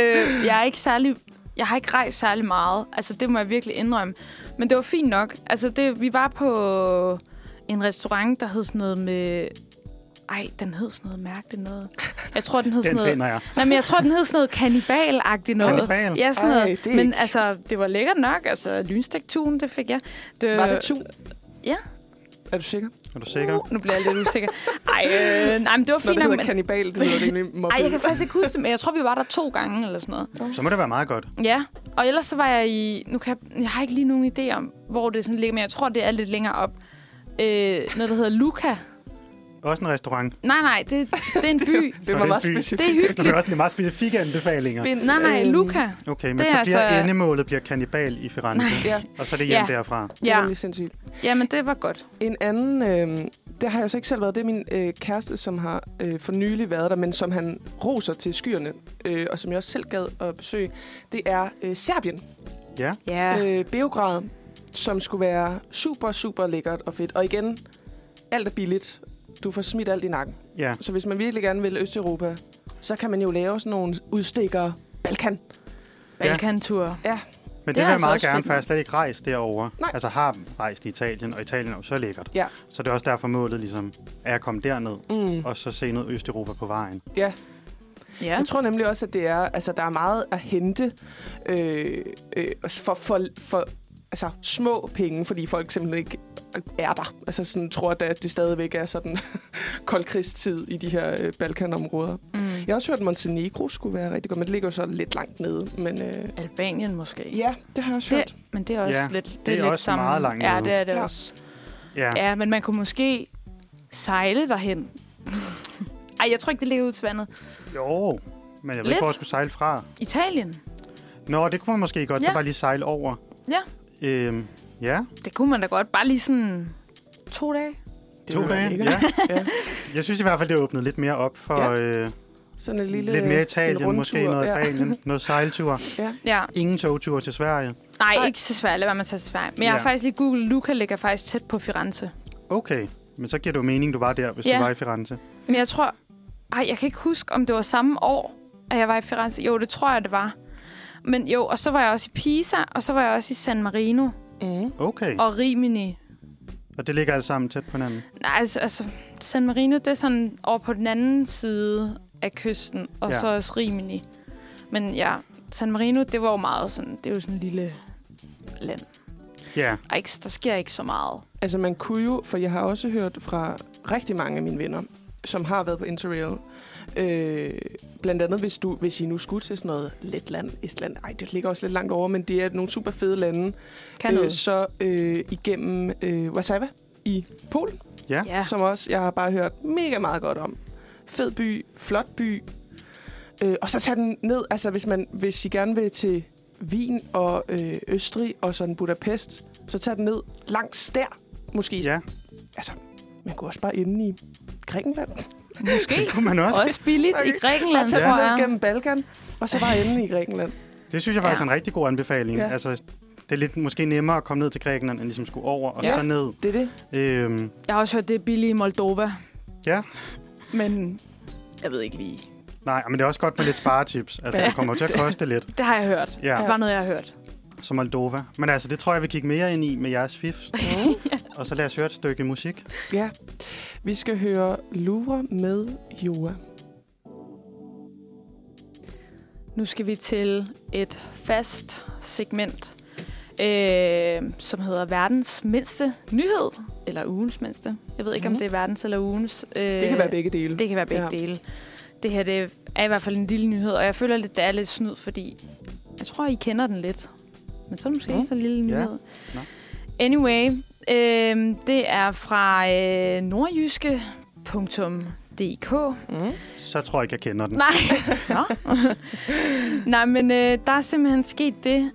Jeg har ikke rejst særlig meget. Altså, det må jeg virkelig indrømme. Men det var fint nok. Altså, vi var på en restaurant, der hed sådan noget med... Ej, den hed sådan noget mærkeligt noget. Jeg tror, den hed sådan noget... finder jeg. Nej, men jeg tror, den hed sådan noget kannibal-agtigt noget. Kannibal? Ja, sådan noget. Men altså, det var lækkert nok. Altså, lynstegt tun, det fik jeg. Var det tun? Ja. Er du sikker? Er du sikker? Nu bliver jeg lidt usikker. Nej, men det var fint nok. Når det hedder kannibal, det hedder det egentlig mobbet. Ej, jeg kan faktisk ikke huske det, men jeg tror, vi var der 2 gange eller sådan noget. Så må det være meget godt. Ja, og ellers så var jeg i... Jeg har ikke lige nogen idé om, hvor det sådan ligger, men jeg tror, det er lidt længere op. Noget, der hedder Luca. Også en restaurant? Nej, det er en by. Det var meget specifikt. Det er hyggeligt. Det er også meget specifikke anbefalinger. Nej, Luca. Okay, men så bliver endemålet kannibal i Firenze. Og så er det hjem derfra. Det er nemlig sindssygt. Jamen, det var godt. En anden, det har jeg så ikke selv været, det er min kæreste, som har for nylig været der, men som han roser til skyerne, og som jeg også selv gad at besøge, det er Serbien. Ja. Beograd, som skulle være super, super lækkert og fedt. Og igen, alt er billigt. Du får smidt alt i nakken. Ja. Så hvis man virkelig gerne vil Østeuropa, så kan man jo lave sådan nogle udstikkere. Balkantur. Ja. Men det vil jeg meget gerne, for jeg har slet ikke rejst derovre. Nej. Altså har rejst i Italien, og Italien er jo så lækkert. Ja. Så det er også derfor målet ligesom, er at komme derned, og så se noget Østeuropa på vejen. Ja. Jeg tror nemlig også, at det er, altså, der er meget at hente for altså, små penge, fordi folk simpelthen ikke er der. Altså sådan, tror, at det stadigvæk er sådan koldkrigstid i de her Balkanområder. Jeg har også hørt, at Montenegro skulle være rigtig godt, men det ligger jo så lidt langt nede. Men, Albanien måske? Ja, det har jeg også hørt. Men det er også lidt det er lidt også sammen. meget langt nede. Ja, det er det også. Ja, men man kunne måske sejle derhen. Ej, jeg tror ikke, det ligger ud til vandet. Jo, men jeg ved ikke, hvor jeg skulle sejle fra. Italien? Nå, det kunne man måske godt, så bare lige sejle over. Ja. Ja. Det kunne man da godt. Bare lige sådan 2 dage. 2 dage, ja. Jeg synes i hvert fald, det åbnede lidt mere op for sådan en lille, lidt mere Italien, måske noget Albanien, noget sejltur. Ja. Ingen togtur til Sverige. Nej, ikke til Sverige. Lad være med at tage til Sverige. Men jeg har faktisk lige googlet, Luca ligger faktisk tæt på Firenze. Okay, men så giver det jo mening, du var der, hvis du var i Firenze. Men jeg tror... jeg kan ikke huske, om det var samme år, at jeg var i Firenze. Jo, det tror jeg, det var. Men jo, og så var jeg også i Pisa, og så var jeg også i San Marino. Okay. Og Rimini. Og det ligger alle sammen tæt på hinanden? Nej, altså San Marino, det er sådan over på den anden side af kysten, og så også Rimini. Men ja, San Marino, det var jo meget sådan, det er jo sådan en lille land. Ja. Der sker ikke så meget. Altså man kunne jo, for jeg har også hørt fra rigtig mange af mine venner, som har været på Interrail. Blandt andet, hvis I nu skulle til sådan noget Letland, Estland, det ligger også lidt langt over, men det er nogle super fede lande. Så igennem Warszawa i Polen, som også jeg har bare hørt mega meget godt om. Fed by, flot by. Og så tage den ned, altså hvis I gerne vil til Wien og Østrig og sådan Budapest, så tag den ned langs der, måske. Ja. Altså, man kunne også bare inde i Grækenland. Måske. Det kunne man også. Billigt i Grækenland, tror jeg. Bare tage ned gennem Balkan, og så bare inde i Grækenland. Det synes jeg faktisk er en rigtig god anbefaling. Ja. Altså, det er lidt måske nemmere at komme ned til Grækenland, end ligesom skulle over og så ned. Det er det. Jeg har også hørt, det er billigt i Moldova. Ja. Men jeg ved ikke lige. Nej, men det er også godt med lidt sparetips. Altså, det kommer til at koste lidt. Det har jeg hørt. Ja. Det var noget, jeg har hørt. Så Moldova. Men altså, det tror jeg, vi kigger mere ind i med jeres fifs. Og så lad os høre et stykke musik. Ja. Vi skal høre Louvre med Joa. Nu skal vi til et fast segment, som hedder verdens mindste nyhed. Eller ugens mindste. Jeg ved ikke, om det er verdens eller ugens. Det kan være begge dele. Det kan være begge dele. Det her det er i hvert fald en lille nyhed, og jeg føler lidt, det er lidt snyd, fordi jeg tror, I kender den lidt. Men så er det måske ikke så en lille nyhed. No. Anyway, det er fra nordjyske.dk. Så tror jeg ikke, jeg kender den. Nej. Nej, men der er simpelthen sket det,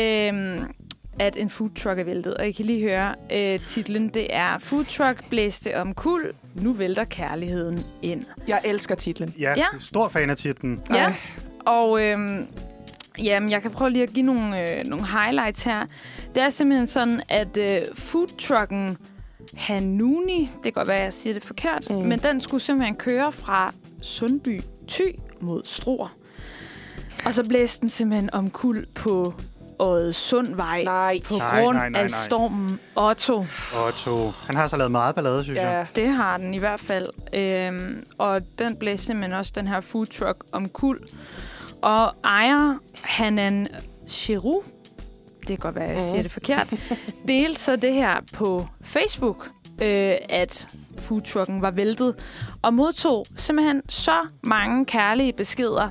at en foodtruck er væltet. Og I kan lige høre titlen. Det er Foodtruck blæste omkuld. Nu vælter kærligheden ind. Jeg elsker titlen. Ja, stor fan af titlen. Ja, og jamen, jeg kan prøve lige at give nogle highlights her. Det er simpelthen sådan, at foodtrucken Hanuni, det kan godt være, jeg siger det forkert, men den skulle simpelthen køre fra Sundby Thy mod Struer. Og så blæste den simpelthen omkuld på Oddesundvej på grund af stormen Otto. Han har så lavet meget ballade, synes jeg. Det har den i hvert fald. Og den blæste simpelthen også den her foodtruck omkuld. Og ejer Hanan Chirou, det kan godt være, jeg siger det forkert, delte så det her på Facebook, at foodtrucken var væltet, og modtog simpelthen så mange kærlige beskeder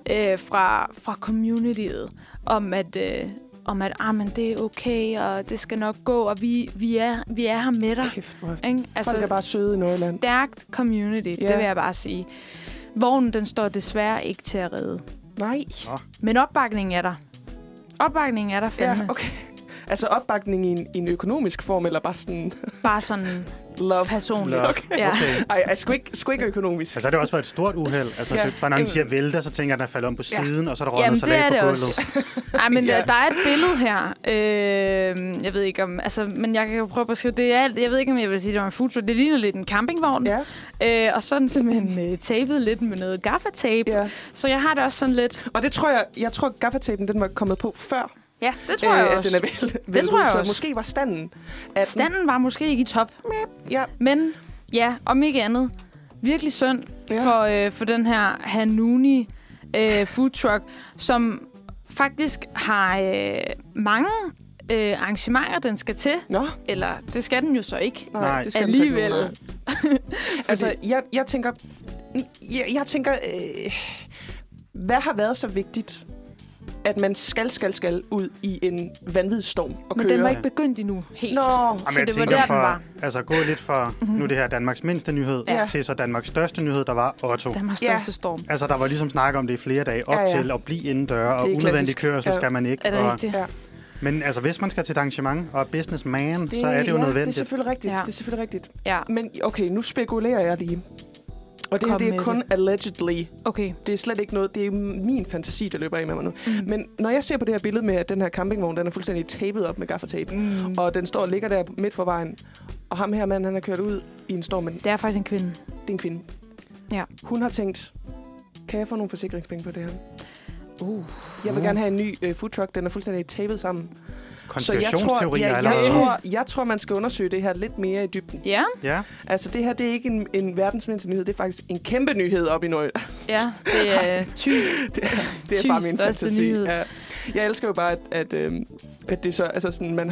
fra communityet, om at men det er okay, og det skal nok gå, og vi er her med dig. Kæft, altså, folk er bare søde i Nordjylland. Stærkt community, det vil jeg bare sige. Vognen, den står desværre ikke til at redde. Nej. Men opbakningen er der. Opbakningen er der fandme. Ja, okay. Altså opbakning i en økonomisk form, eller bare sådan... Bare sådan... Love. Personligt. Okay. Ja. Ej, sgu ikke økonomisk. Altså, det har også været et stort uheld. Altså, det, bare når man siger vælter, så tænker jeg, at den er faldet om på siden, og så er der røget salat på gulvet. Nej, men der er et billede her. Jeg ved ikke om... Altså, men jeg kan prøve at beskrive det. Jeg ved ikke, om jeg vil sige, at det var en foodtruck. Det ligner lidt en campingvogn. Ja. Og så er den simpelthen tapet lidt med noget gaffatape. Ja. Så jeg har det også sådan lidt... Og det tror jeg tror, gaffatapen den var kommet på før. Ja, det tror jeg også. Den er væltet, det tror jeg så også. måske var standen... Standen var måske ikke i top. Ja. Men ja, om ikke andet. Virkelig synd for den her Hanuni foodtruck, som faktisk har mange arrangementer, den skal til. Nå. Eller det skal den jo så ikke. Nej, det skal alligevel. Den så altså, jeg tænker... hvad har været så vigtigt, at man skal ud i en vanvittig storm og køre? Men den var ikke begyndt endnu helt. Så det var der, den var. Altså gå lidt for nu det her Danmarks mindste nyhed, til så Danmarks største nyhed, der var Otto. Danmarks største storm. Altså der var ligesom snak om det i flere dage op til at blive indendør, og unødvendig kørsel skal man ikke. Er det rigtigt? Ja. Men altså, hvis man skal til et arrangement og er businessman, så er det jo nødvendigt. Det er selvfølgelig rigtigt. Det er selvfølgelig rigtigt. Ja. Men okay, nu spekulerer jeg lige. Og det her, det er kun allegedly. Okay. Det er slet ikke noget, det er min fantasi, der løber af med mig nu. Men når jeg ser på det her billede med, at den her campingvogn, den er fuldstændig tapet op med gaffatape, og den står og ligger der midt for vejen, og ham her mand, han har kørt ud i en storm. Det er faktisk en kvinde. Det er en kvinde. Ja. Hun har tænkt, kan jeg få nogle forsikringspenge på det her? Jeg vil gerne have en ny foodtruck, den er fuldstændig tapet sammen. Konspirationsteorier. Jeg tror, man skal undersøge det her lidt mere i dybden. Ja. Altså, det her, det er ikke en verdensmindste nyhed. Det er faktisk en kæmpe nyhed op i Nordjylland. Ja, det er det er bare min fantasi. Ja. Jeg elsker jo bare, at det så, altså sådan, man har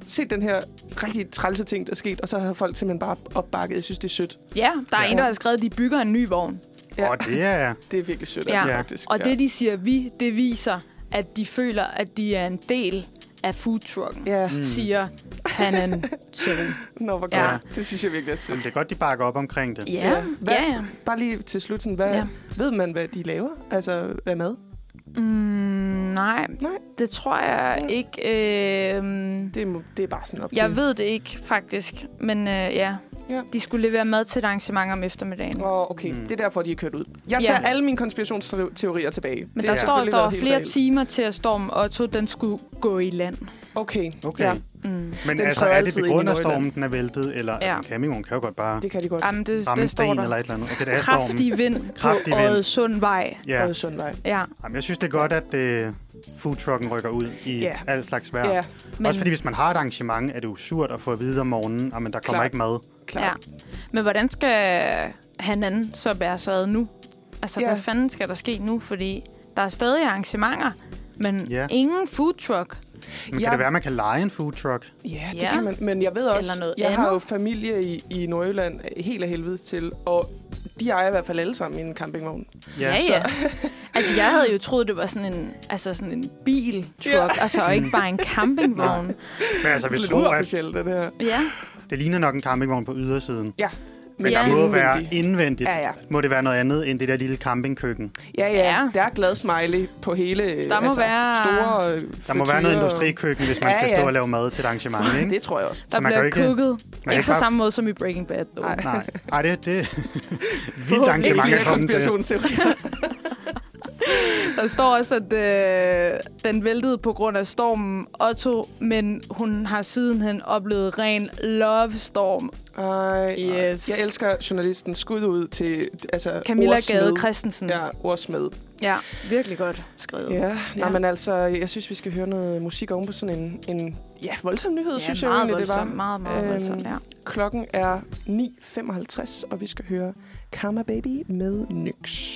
set den her rigtig trælse ting, der er sket, og så har folk simpelthen bare opbakket. Jeg synes, det er sødt. Ja, der er en, der har skrevet, at de bygger en ny vogn. Ja. Det er virkelig sødt, faktisk. Og det, de siger det viser, at de føler, at de er en del af foodtrucken, siger Hanan Cherry. Nå, hvor godt. Det synes jeg virkelig er sødt. Det er godt, de bakker op omkring det. Ja. Bare lige til slut, sådan, ved man, hvad de laver? Altså, hvad mad? Nej, det tror jeg ikke. Det er bare sådan op til. Jeg ved det ikke, faktisk. Men de skulle levere mad til et arrangement om eftermiddagen. Okay. Det er derfor, de er kørt ud. Jeg tager alle mine konspirationsteorier tilbage. Men der står flere timer til, at Storm Otto, den skulle gå i land. Okay. Ja. Men altså, er det begrundet af stormen, den er væltet? Eller campingvognen kan jo godt bare det kan de godt. Ramme en sten eller et eller andet. Okay, det er kraftig vind på Oddesundvej. Ja. Ja. Jamen, jeg synes, det er godt, at foodtrucken rykker ud i alt slags vejr. Ja. Også fordi, hvis man har et arrangement, er det jo surt at få at vide om morgenen, men der kommer ikke mad. Ja. Men hvordan skal Hanan så bære sig ad nu? Altså, hvad fanden skal der ske nu? Fordi der er stadig arrangementer, men ingen foodtruck. Men kan det være, at man kan leje en foodtruck? Ja, det kan man. Men jeg ved også, jeg har jo familie i Nordjylland helt af helvede til, og de ejer i hvert fald alle sammen en campingvogn. Ja. Altså, jeg havde jo troet, det var sådan en bil-truck, og ikke bare en campingvogn. Men altså, vi tror, at det her. Ja. Det ligner nok en campingvogn på ydersiden. Ja. Men der må være indvendigt. Må det være noget andet end det der lille campingkøkken? Ja. Der er glad smiley på hele der må være store der må være noget industrikøkken, hvis man skal stå og lave mad til et arrangement, ikke? Det tror jeg også. Der bliver køkket. Ikke på samme måde som i Breaking Bad. Nej, det er vildt arrangement at komme til. Der står også, at den væltede på grund af stormen Otto, men hun har sidenhen oplevet ren love-storm. Yes. Jeg elsker journalisten. Skud ud til Camilla Gade Christensen. Ja, ordsmed. Ja, virkelig godt skrevet. Ja. Nå, men altså, jeg synes, vi skal høre noget musik oven på sådan en voldsom nyhed, synes jeg egentlig, det var. Meget voldsom, ja. Klokken er 9:55, og vi skal høre Karma Baby med Nyx.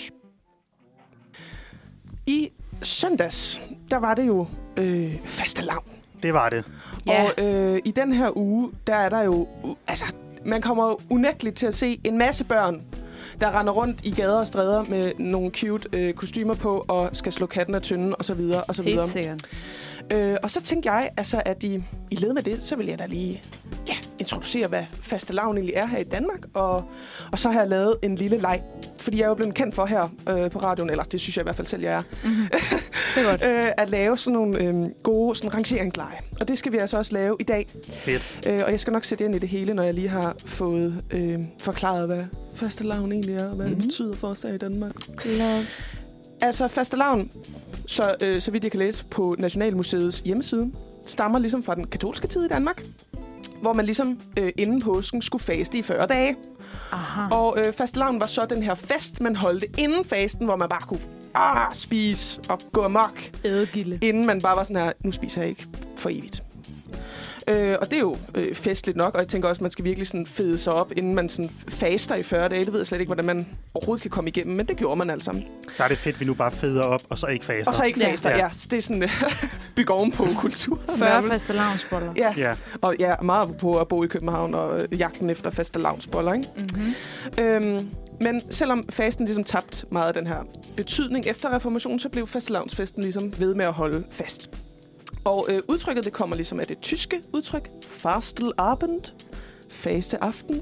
I søndags, der var det jo fastelavn. Det var det. Og i den her uge, der er der jo... man kommer jo unægteligt til at se en masse børn, der render rundt i gader og stræder med nogle cute kostymer på og skal slå katten af tynden og så videre og så videre. Helt sikkert. Og så tænkte jeg, at i led med det, så vil jeg da lige introducere, hvad fastelavn egentlig er her i Danmark. Og så har jeg lavet en lille leg, fordi jeg er jo blevet kendt for her på radioen, eller det synes jeg i hvert fald selv, jeg er. Mm-hmm. Det er godt. At lave sådan nogle gode sådan rangeringsleje. Og det skal vi altså også lave i dag. Fedt. Og jeg skal nok sætte ind i det hele, når jeg lige har fået forklaret, hvad fastelavn egentlig er, og hvad det betyder for os her i Danmark. Love. Altså, fastelavn, så vidt jeg kan læse på Nationalmuseets hjemmeside, stammer ligesom fra den katolske tid i Danmark, hvor man ligesom inden påsken skulle faste i 40 dage. Aha. Og fastelavn var så den her fest, man holdte inden fasten, hvor man bare kunne spise og gå amok. Ædegilde. Inden man bare var sådan her, nu spiser jeg ikke for evigt. Og det er jo festligt nok, og jeg tænker også, at man skal virkelig sådan fede sig op, inden man sådan faster i 40 dage. Det ved jeg slet ikke, hvordan man overhovedet kan komme igennem, men det gjorde man altså. Der er det fedt, vi nu bare feder op, og så ikke faster. Og så ikke faster, ja. Det er sådan bygge ovenpå kultur. 40 fastelavnsboller. Ja, og meget på at bo i København og jagten efter fastelavnsboller, ikke? Mm-hmm. Men selvom fasten ligesom tabte meget af den her betydning efter reformationen, så blev fastelavnsfesten ligesom ved med at holde fast. Og udtrykket, det kommer ligesom af det tyske udtryk, Fastelabend, faste aften,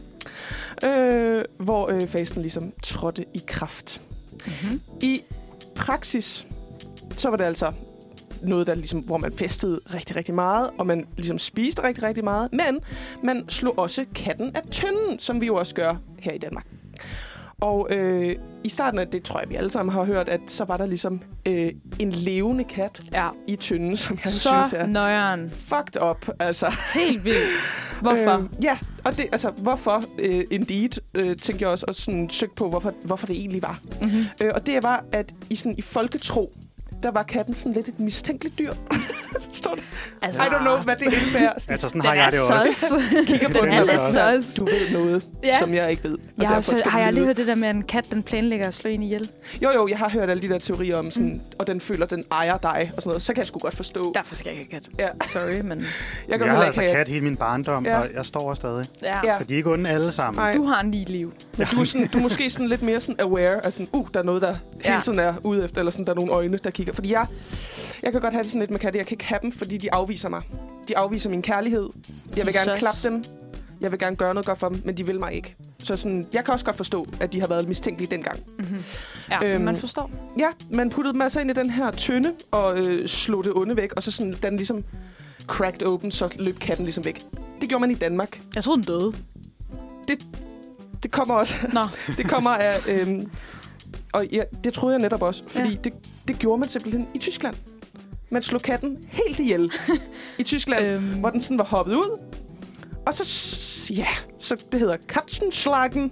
hvor fasten ligesom trådte i kraft. Mm-hmm. I praksis, så var det altså noget, der ligesom, hvor man festede rigtig, rigtig meget, og man ligesom spiste rigtig, rigtig meget, men man slog også katten af tynden, som vi jo også gør her i Danmark. Og i starten af det, tror jeg, vi alle sammen har hørt, at så var der ligesom en levende kat i tynden, som jeg synes er nøjeren. Fucked up, altså. Helt vildt. Hvorfor? Ja, og det, altså, hvorfor indeed, tænkte jeg også sådan søgte på, hvorfor det egentlig var. Mm-hmm. Og det var, at i folketro, der var katten sådan lidt et mistænkeligt dyr. Står det? Altså, I don't know, hvad det indebærer. Altså, sådan har jeg det også. Kigger på den er lidt sås. Du ved noget, som jeg ikke ved. Har jeg lige hørt det der med, at en kat, den planlægger at slå en ihjel? Jo, jeg har hørt alle de der teorier om sådan, og den føler, den ejer dig og sådan noget. Så kan jeg sgu godt forstå. Derfor skal jeg ikke have kat. Ja. Sorry, men... Jeg har altså kat hele min barndom, og jeg står stadig. Ja. Så de er ikke onde alle sammen. Nej. Du har en lige liv. Men du er måske sådan lidt mere sådan aware af sådan, der er noget, der hele tiden er ude efter, eller sådan, der er nogle øjne, der kigger. Fordi jeg kan godt have det sådan lidt med katte. Jeg kan ikke have dem, fordi de afviser mig. De afviser min kærlighed. Jeg vil gerne klappe dem. Jeg vil gerne gøre noget godt for dem, men de vil mig ikke. Så sådan, jeg kan også godt forstå, at de har været mistænkelige dengang. Mm-hmm. Ja, man forstår. Ja, man puttede dem altså ind i den her tønde og slog det onde væk, og så sådan, den ligesom cracked open, så løb katten ligesom væk. Det gjorde man i Danmark. Jeg troede, den døde. Det kommer også. Nå. Det kommer af... og ja, det troede jeg netop også, fordi det gjorde man simpelthen i Tyskland. Man slog katten helt ihjel i Tyskland, hvor den sådan var hoppet ud. Og så det hedder Katzenschlagen.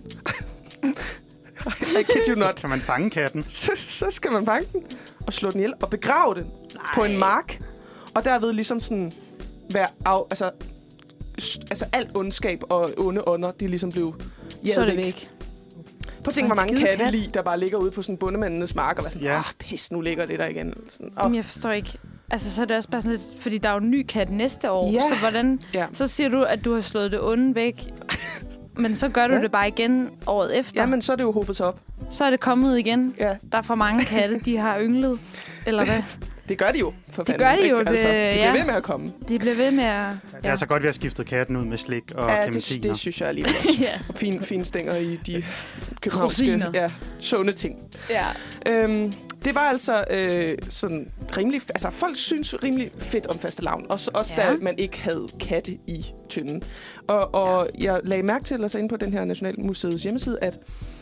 I kid you not. Så skal man fange katten. Så skal man fange den og slå den ihjel og begrave den på en mark. Og derved ligesom sådan være altså alt ondskab og onde ånder, de ligesom blev så er det væk. På tænk, hvor mange katte lige, der bare ligger ude på sådan bundemandenes mark og var sådan, pis, nu ligger det der igen. Sådan, Jamen, jeg forstår ikke. Altså, så er det også bare sådan lidt, fordi der er jo en ny kat næste år. Ja. Så hvordan, så siger du, at du har slået det onde væk, men så gør du det bare igen året efter. Jamen, så er det jo hobet sig op. Så er det kommet igen. Ja. Der er for mange katte, de har ynglet. Eller hvad? Det gør de jo, for fanden. Det gør de jo. Altså, de bliver ved med at komme. De bliver ved med at... Det er så godt, vi har skiftet katten ud med slik og clementiner. Det synes jeg alligevel også. Og fine stænger i de københavnske sunde ting. Ja. Det var altså sådan rimelig... Altså, folk synes rimelig fedt om fastelavn. Også da man ikke havde katte i tynden. Og jeg lagde mærke til, altså inde på den her Nationalmuseets hjemmeside, at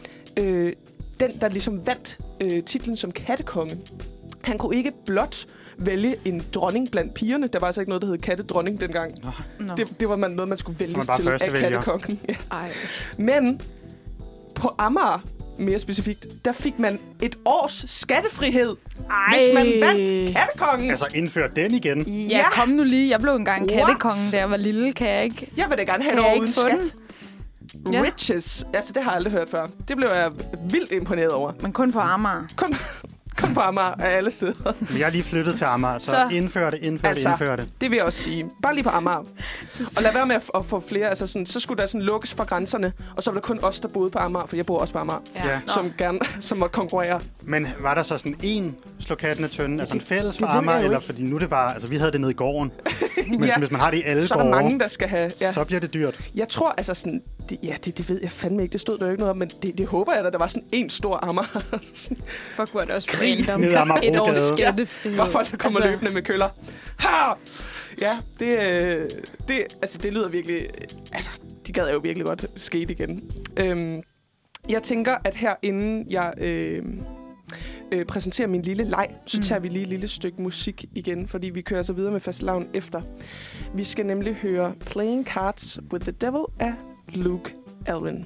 den, der ligesom vandt titlen som kattekonge, han kunne ikke blot vælge en dronning blandt pigerne. Der var altså ikke noget, der hed kattedronning dengang. No. Det var noget, man skulle vælges til af kattekongen. Ja. Men på Amager, mere specifikt, der fik man et års skattefrihed, hvis man vandt kattekongen. Altså indført den igen? Ja, kom nu lige. Jeg blev engang kattekongen, da jeg var lille. Kan jeg ikke? Jeg vil da gerne have noget uden skat. Riches. Altså, det har jeg aldrig hørt før. Det blev jeg vildt imponeret over. Men kun på Amager. Kun på Amager af alle steder. Men jeg er lige flyttet til Amager, så indfør det. Det vil jeg også sige. Bare lige på Amager. Og lad være med at få flere. Altså sådan, så skulle der sådan lukkes fra grænserne, og så var der kun os, der boede på Amager, for jeg bor også på Amager, som måtte konkurrere. Men var der så sådan en slå katten af tønden, altså en fælles for Amager, eller fordi nu er det bare, altså vi havde det nede i gården. Men hvis man har det i alle så er der mange, der skal have. Ja. Så bliver det dyrt. Jeg tror altså sådan, det ved jeg fandme ikke, det stod der jo ikke noget om, men det håber jeg da, der var sådan en stor Amager. Fuck, hvor er det også random. Et års skattefrihed. Bare folk, der kommer løbende med køller. Ha! Ja, det lyder virkelig... Altså, de gad jo virkelig godt skete igen. Jeg tænker, at her inden jeg præsenterer min lille leg, så tager vi lige et lille stykke musik igen, fordi vi kører så videre med fastelavn efter. Vi skal nemlig høre Playing Cards with the Devil af Luke Alvin.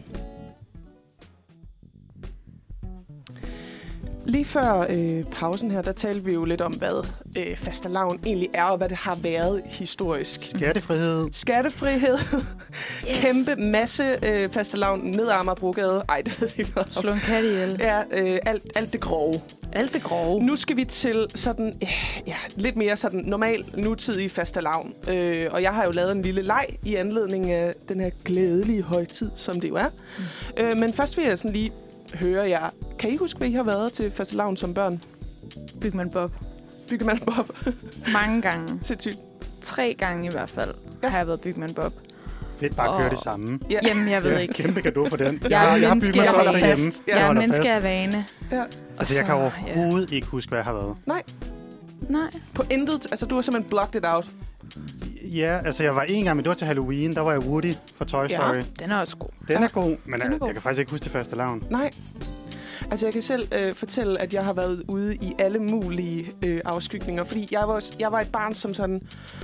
Lige før pausen her, der talte vi jo lidt om, hvad fastelavn egentlig er, og hvad det har været historisk. Skattefrihed. Yes. Kæmpe masse fastelavn ned Amagerbrogade. Ej, det ved jeg ikke noget om. Slå en kat ihjel. Ja, alt det grove. Alt det grove. Nu skal vi til sådan, lidt mere sådan normal nutidig fastelavn. Og jeg har jo lavet en lille leg i anledning af den her glædelige højtid, som det jo er. Men først vil jeg sådan lige høre jer. Kan I huske, hvad I har været til fastelavn som børn? Bygman Bob. Mange gange. Sindssygt. 3 gange i hvert fald har jeg været Bygman Bob. Fedt bare at køre det samme. Ja. Jamen, jeg ved ikke. Kæmpe gave for den. Jeg er menneske, jeg holder fast. Jeg er menneske af vane. Ja. Altså, jeg kan overhovedet ikke huske, hvad jeg har været. Nej. På intet. Altså, du har simpelthen blocked it out. Ja, altså jeg var en gang, men det var til Halloween. Der var jeg Woody fra Toy Story. Ja, den er også god. Den er god, men jeg kan faktisk ikke huske det fastelavn. Nej. Altså, jeg kan selv fortælle, at jeg har været ude i alle mulige afskygninger. Fordi jeg var et barn, som sådan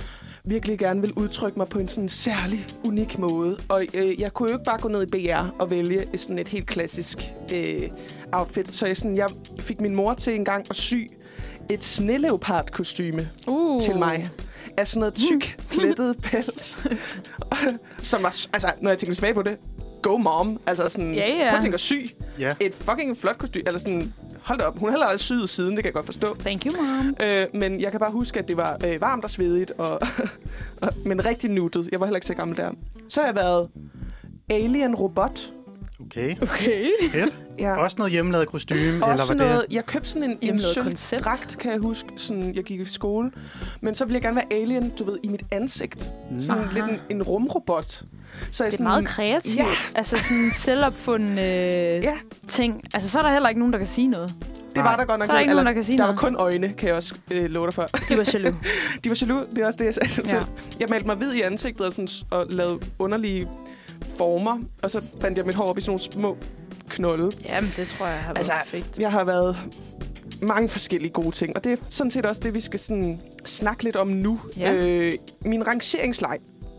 virkelig gerne vil udtrykke mig på en sådan særlig, unik måde. Og jeg kunne jo ikke bare gå ned i BR og vælge sådan et helt klassisk outfit. Så jeg fik min mor til en gang at sy et sneleopard-kostyme til mig. Af sådan noget tyk, plettet pels. Som var, altså, når jeg tænker tilbage på det, go mom. Altså sådan, prøv at tænke at sy et fucking flot kostyme. Eller sådan, hold da op, hun har heller aldrig syet siden, det kan jeg godt forstå. Thank you, mom. Men jeg kan bare huske, at det var varmt og svedigt, men rigtig nuttet. Jeg var heller ikke så gammel der. Så har jeg været alien-robot. Okay. Fedt. Ja. Også noget hjemmelavet kostyme, også eller hvad noget, jeg købte sådan en sølv dragt, kan jeg huske, sådan jeg gik i skole. Men så ville jeg gerne være alien, du ved, i mit ansigt. Sådan lidt en rumrobot. Så det er meget kreativt. Ja. Altså sådan selvopfundne ting. Altså så er der heller ikke nogen, der kan sige noget. Det var der godt nok. Så er der ikke nogen, der kan sige noget. Der var kun øjne, kan jeg også love dig for. De var jaloux. De var jaloux, det er også det, jeg sagde selv. Jeg malte mig hvid i ansigtet og lavede underlige former, og så bandt jeg mit hår op i sådan nogle små knolde. Jamen, det tror jeg har været perfekt. Jeg har været mange forskellige gode ting, og det er sådan set også det, vi skal sådan snakke lidt om nu. Ja. Min rangeringsleg.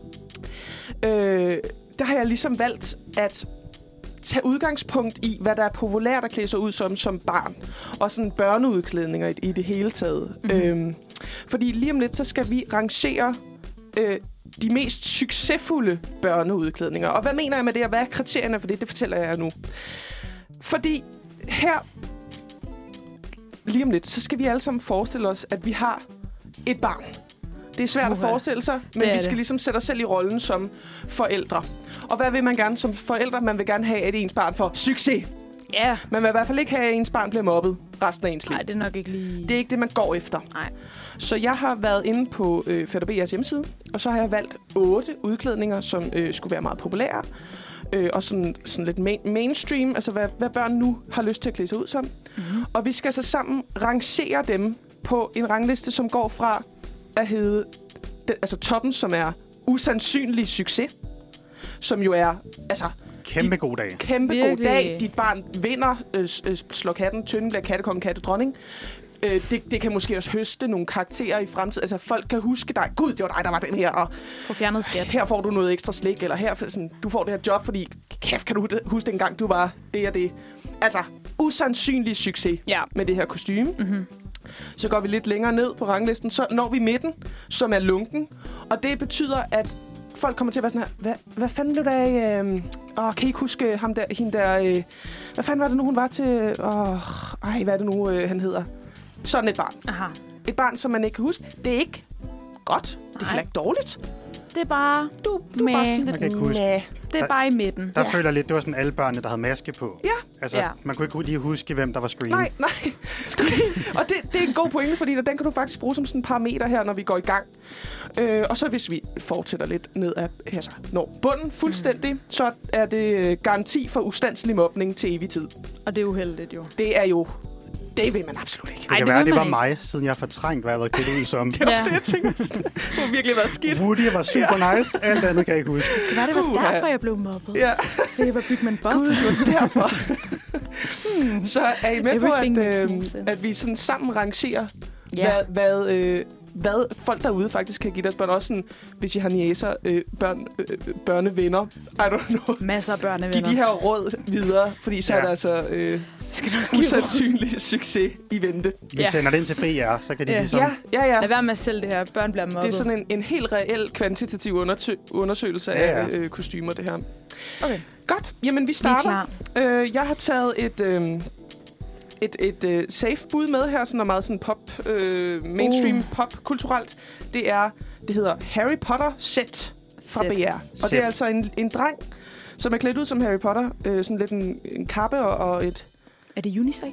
Der har jeg ligesom valgt at tage udgangspunkt i, hvad der er populært at klæde sig ud som barn. Og sådan børneudklædninger i det hele taget. Mm-hmm. Fordi lige om lidt, så skal vi rangere de mest succesfulde børneudklædninger. Og hvad mener jeg med det, og hvad er kriterierne for det? Det fortæller jeg nu. Fordi her, lige om lidt, så skal vi alle sammen forestille os, at vi har et barn. Det er svært at forestille sig, men vi skal ligesom sætte os selv i rollen som forældre. Og hvad vil man gerne som forældre? Man vil gerne have, at ens barn får succes. Ja. Yeah. Man vil i hvert fald ikke have, at ens barn bliver mobbet resten af ens liv. Nej, det er nok ikke lige... Det er ikke det, man går efter. Nej. Så jeg har været inde på Fætter BR's hjemmeside, og så har jeg valgt 8 udklædninger, som skulle være meget populære. Og sådan lidt mainstream, altså hvad børn nu har lyst til at klæde sig ud som. Mm-hmm. Og vi skal så sammen rangere dem på en rangliste, som går fra at hedde altså toppen, som er usandsynlig succes, som jo er altså kæmpe god dag. Kæmpe god dag. Dit barn vinder, slår katten, tynden bliver kattekonge, kattedronning. Det kan måske også høste nogle karakterer i fremtiden. Altså folk kan huske dig. Gud, det var dig, der var den her. Og få fjernet skat. Her får du noget ekstra slik, eller her sådan, du får det her job, fordi kæft, kan du huske dengang, du var det og det. Altså usandsynlig succes med det her kostume. Mm-hmm. Så går vi lidt længere ned på ranglisten, så når vi midten, som er lunken. Og det betyder, at folk kommer til at være sådan her, hvad fanden blev der af... kan I ikke huske ham der, hende der... hvad fanden var det nu, hun var til... hvad er det nu, han hedder? Sådan et barn. Aha. Et barn, som man ikke kan huske. Det er ikke godt. Det er heller ikke dårligt. Det er bare... Du er bare sådan lidt... Det er bare i midten. Der føler jeg lidt, det var sådan alle børnene, der havde maske på. Ja. Altså, man kunne ikke lige huske, hvem der var Scream. Nej. Og det er en god pointe, fordi den kan du faktisk bruge som sådan et parameter her, når vi går i gang. Og så hvis vi fortsætter lidt ned af altså, når bunden fuldstændig, så er det garanti for ustandselig mobning til evig tid. Og det er uheldigt jo. Det er jo... Det vil man absolut ikke. Det kan være, det var mig, siden jeg har fortrængt, hvad jeg har været klædt ud som. Det er også det, jeg tænker. Det har virkelig været skidt. Woody var super nice. Alt andet kan jeg ikke huske. Det var derfor, jeg blev mobbet. Ja. Fordi jeg var Bygman Bob. Gud, det var derfor. Så er I med på, at vi sådan sammen rangerer, hvad folk derude faktisk kan give deres børn. Også sådan, hvis I har niecer, børnevenner. I don't know. Masser af børnevenner. Giv de her råd videre, fordi så er der altså usandsynlig succes i vente. Vi sender det ind til BR, så kan de ligesom... Ja. Lad være med at sælge det her. Børn bliver mobbet. Det er sådan en helt reel kvantitativ undersøgelse af kostymer, det her. Okay. Godt. Jamen, vi starter. Jeg har taget et safe bud med her, sådan meget sådan mainstream pop kulturelt. Det hedder Harry Potter set fra BR. Og det er altså en dreng, som er klædt ud som Harry Potter. Sådan lidt en kappe og et... Er det unisex?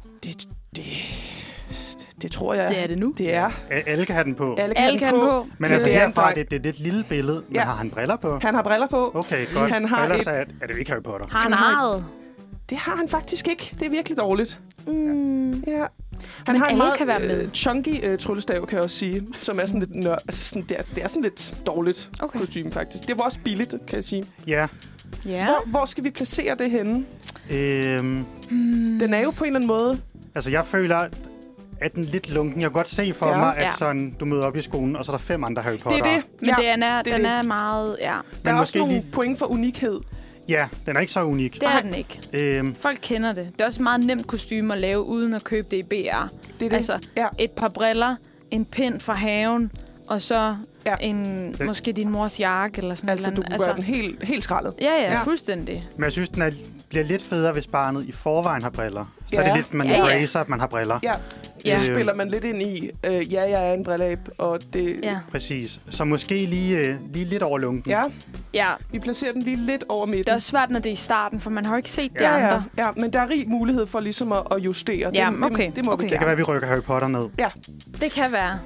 Det tror jeg. Det er det nu. Det er. Alle kan have den på. Alle kan den på. Men altså herfra, det er et lille billede. Men har han briller på? Han har briller på. Okay, godt. Han har ellers er det jo ikke Harry Potter. Har han arret? Det har han faktisk ikke. Det er virkelig dårligt. Ja. Han har en meget chunky tryllestav, kan jeg også sige, som er sådan lidt det er sådan lidt dårligt kostume, faktisk. Det var også billigt, kan jeg sige. Ja. Hvor skal vi placere det henne? Den er jo på en eller anden måde... Altså, jeg føler... er den lidt lunken. Jeg kan godt se for mig, at sådan, du møder op i skolen, og så er der 5 andre Harry Potter. Det er det. Men den er meget... Ja. Der er også nogle point for unikhed. Ja, den er ikke så unik. Det er den ikke. Folk kender det. Det er også et meget nemt kostume at lave, uden at købe det i BR. Det er det. Altså, et par briller, en pind fra haven, og så måske din mors jakke eller sådan noget. Altså, du kunne gøre den helt skrællet. Ja, fuldstændig. Men jeg synes, den bliver lidt federe, hvis barnet i forvejen har briller. Så er det lidt, man embracer, at man har briller. Ja. Så spiller man lidt ind i, jeg er en brilleab, og det... Ja. Præcis. Så måske lige lidt over lunken. Ja. Vi placerer den lige lidt over midten. Det er også svært, når det er i starten, for man har jo ikke set de andre. Ja, men der er rig mulighed for ligesom at justere. Ja, det må vi. Det kan være, at vi rykker Harry Potter ned. Ja. Det kan være.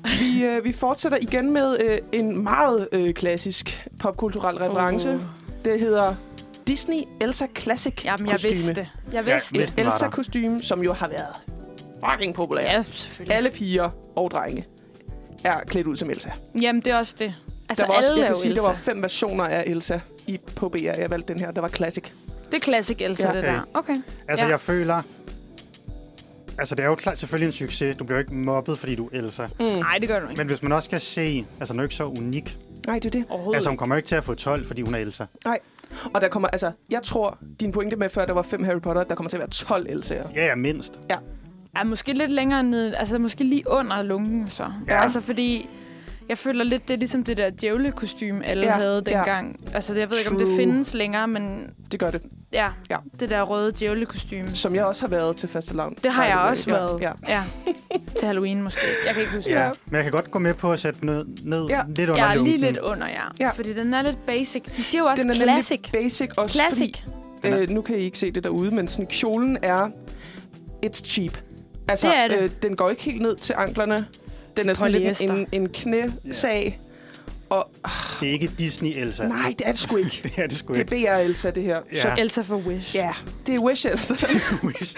Vi fortsætter igen med en meget klassisk popkulturel reference. Det hedder Disney Elsa Classic kostume. Jamen, jeg vidste det. Et Elsa-kostume, som jo har været fucking populær. Ja, selvfølgelig. Alle piger og drenge er klædt ud som Elsa. Jamen, det er også det. Altså, der var også, alle jeg kan sige, Elsa. der var 5 versioner af Elsa på BR. Jeg valgte den her. Der var Classic. Det er Classic Elsa, det der. Okay. Altså, jeg føler... Altså, det er jo selvfølgelig en succes. Du bliver jo ikke mobbet, fordi du er Elsa. Nej, det gør du ikke. Men hvis man også skal se... Altså, den er jo ikke så unik. Nej, det er det. Altså, hun kommer ikke til at få 12, fordi hun er Elsa. Nej. Og der kommer... Altså, jeg tror, din pointe med før, der var 5 Harry Potter, der kommer til at være 12 Elsa'er. Ja, mindst. Ja, måske lidt længere ned. Altså, måske lige under lunken, så. Ja. Altså, fordi... Jeg føler lidt, det er ligesom det der djævlekostyme, alle havde dengang. Altså, jeg ved ikke, om det findes længere, men... Det gør det. Ja, det der røde djævlekostyme. Som jeg også har været til fastelavn. Det har jeg også været. Ja. Til Halloween måske. Jeg kan ikke huske det. Men jeg kan godt gå med på at sætte ned lidt under lunken. Ja, lige lidt under, ja. Fordi den er lidt basic. De siger jo også den er classic. Basic også, classic. Fordi, nu kan I ikke se det derude, men sådan, kjolen er... It's cheap. Altså, det er det. Den går ikke helt ned til anklerne. Den er sådan lidt en knæsag. Og, det er ikke Disney Elsa. Nej, det er det sgu ikke. Det er det sgu ikke. Det er BR Elsa, det her. Så Elsa for Wish. Ja, det er Wish Elsa. Wish.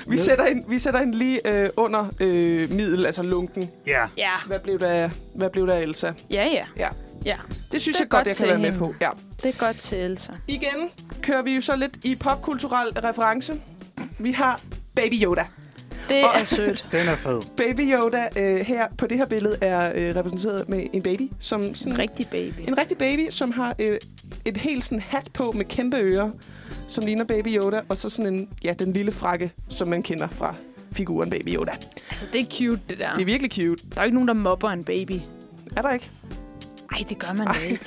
Vi sætter hende lige under middel, altså lunken. Ja. Hvad blev der af Elsa? Ja. Det synes jeg godt, jeg kan være med på. Ja. Det er godt til Elsa. Igen kører vi jo så lidt i popkulturel reference. Vi har Baby Yoda. Det er sødt. Den er fed. Baby Yoda her på det her billede er repræsenteret med en baby. Som sådan, en rigtig baby. En rigtig baby, som har et helt sådan hat på med kæmpe ører, som ligner Baby Yoda. Og så sådan den lille frakke, som man kender fra figuren Baby Yoda. Altså, det er cute, det der. Det er virkelig cute. Der er jo ikke nogen, der mobber en baby. Er der ikke? Nej, det gør man ikke.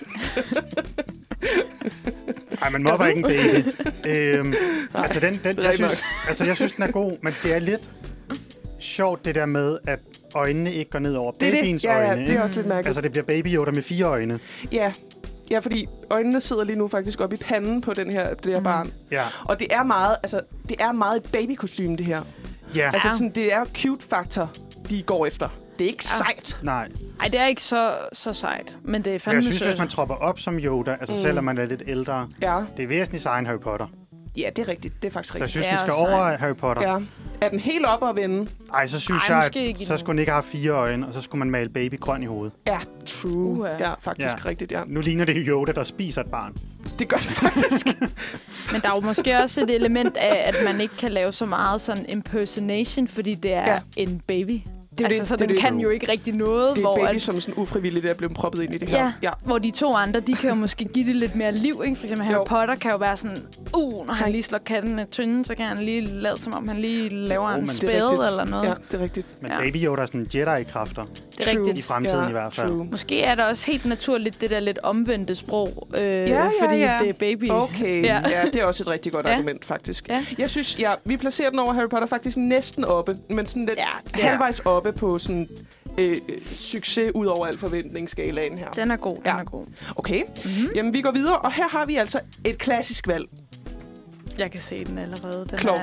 Nej, man mobber ikke en baby. Jeg synes, den er god, men det er lidt sjovt, det der med, at øjnene ikke går ned over babyens øjne. Ja, det er også lidt mærkeligt. Altså, det bliver Baby Yoda med 4 øjne. Ja, fordi øjnene sidder lige nu faktisk oppe i panden på det her barn. Ja. Og det er meget et babykostyme, det her. Ja. Altså, sådan, det er cute-faktor, de går efter. Det er ikke sejt. Nej, det er ikke så sejt, men det er fandme jeg synes, hvis man tropper op som Yoda, altså selvom man er lidt ældre, det er væsentligt sejt Harry Potter. Ja, det er rigtigt. Det er faktisk rigtigt. Så jeg synes, den skal over Harry Potter. Ja. Er den helt op at vende? Ej, så synes jeg, at så skulle den ikke have 4 øjne, og så skulle man male baby grøn i hovedet. Ja, true. Ja, faktisk rigtigt, ja. Nu ligner det Yoda, der spiser et barn. Det gør det faktisk. Men der er jo måske også et element af, at man ikke kan lave så meget sådan impersonation, fordi det er en baby. Så den kan jo ikke rigtig noget. Det er baby, som sådan ufrivilligt er blevet proppet ind i det her. Ja, hvor de 2 andre, de kan jo måske give det lidt mere liv, ikke? For eksempel Harry Potter kan jo være sådan, når han lige slår katten i tynden, så kan han lige lade som om, han lige laver en spæde eller noget. Ja, det er rigtigt. Men Baby Yoda er sådan Jedi-kræfter. Det er rigtigt. I fremtiden i hvert fald. True. Måske er der også helt naturligt det der lidt omvendte sprog, fordi det er baby. Okay, ja, det er også et rigtig godt argument, faktisk. Ja. Jeg synes, vi placerer den over Harry Potter faktisk næsten oppe, men sådan lidt halvvejs oppe på sådan succes ud over al forventningsskalaen her. Den er god, den er god. Okay, jamen vi går videre, og her har vi altså et klassisk valg. Jeg kan se den allerede. Klovn.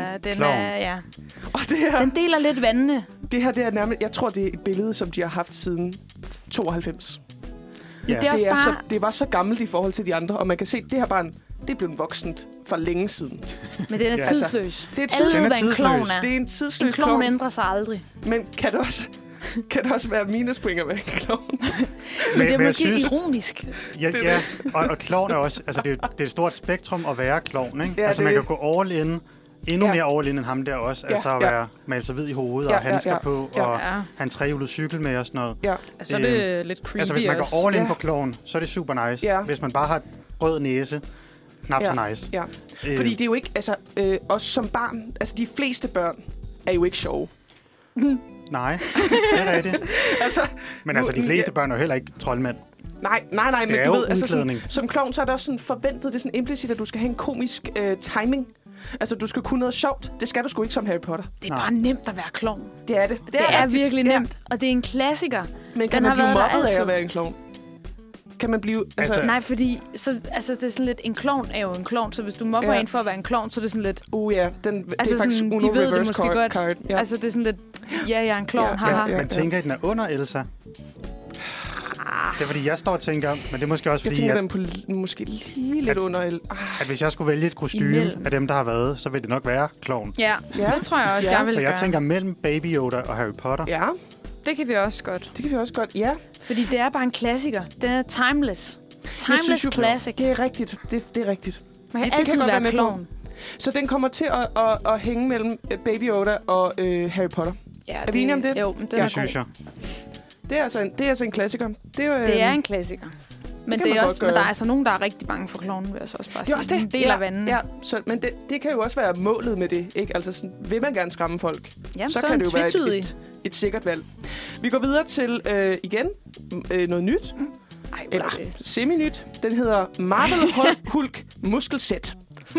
Og det her, den deler lidt vandene. Det her, det er nærmest, jeg tror, det er et billede, som de har haft siden 92. Ja. Det var så gammelt i forhold til de andre, og man kan se, at det her barn, det er blevet voksent for længe siden. Men den er tidsløs. Det er tidsløs. Alle ved, hvad en klovn er. Det er en tidsløs en klovn ændrer sig aldrig. Men kan det også være minuspointer med en klovn? Men det er måske ironisk. Ja, og klovn er også... Altså, det er et stort spektrum at være klovn, ikke? Ja, altså, man kan gå all in endnu mere overlignet end ham der også. Altså at være malet sig hvid i hovedet og handsker på, og han trehjulet cykel med og sådan noget. Ja. Så er det lidt creepy. Altså hvis man går all in på klovn, så er det super nice. Ja. Hvis man bare har rød næse, knap så nice. Ja. Fordi det er jo ikke, altså også som barn, altså de fleste børn er jo ikke sjove. Nej, det er rigtigt. Men altså de fleste børn er jo heller ikke troldmænd. Nej, men du ved, altså sådan, som klovn, så er der også sådan forventet, det er sådan implicit, at du skal have en komisk timing. Altså, du skal kunne noget sjovt. Det skal du sgu ikke som Harry Potter. Det er bare nemt at være klovn. Det er det. Det er virkelig nemt, og det er en klassiker. Men kan man blive mobbet af at være en klovn? Kan man blive... Nej, fordi så, altså, det er sådan lidt... En klovn er jo en klovn, så hvis du mobber en for at være en klovn, så er det sådan lidt... ja, det er faktisk sådan, Uno de ved reverse det måske card. Godt. Ja. Altså, det er sådan lidt... Ja, jeg er en klovn, haha. Man tænker, at den er under Elsa. Det er fordi, jeg står og tænker, men det er måske også fordi, jeg tænker den på måske lige lidt under... At hvis jeg skulle vælge et kostume af dem, der har været, så vil det nok være klovn. Ja, det tror jeg også, jeg vil Så jeg tænker mellem Baby Yoda og Harry Potter. Ja. Det kan vi også godt. Ja. Fordi det er bare en klassiker. Den er timeless. Timeless classic. Det er rigtigt. Det er rigtigt. Man kan altid være klovn. Så den kommer til at hænge mellem Baby Yoda og Harry Potter. Ja, er vi enige om det? Jo, det synes jeg. Det er altså en klassiker. Det er en klassiker. Men det er også, men der er altså nogen, der er rigtig bange for klovnen, vil jeg så også bare sige. Det er også det. En del af vandet. Ja, men det kan jo også være målet med det, ikke? Altså, sådan, vil man gerne skræmme folk, jamen, så kan det jo være et sikkert valg. Vi går videre til igen noget nyt. Eller semi-nyt. Den hedder Marvel Hulk Muskelsæt.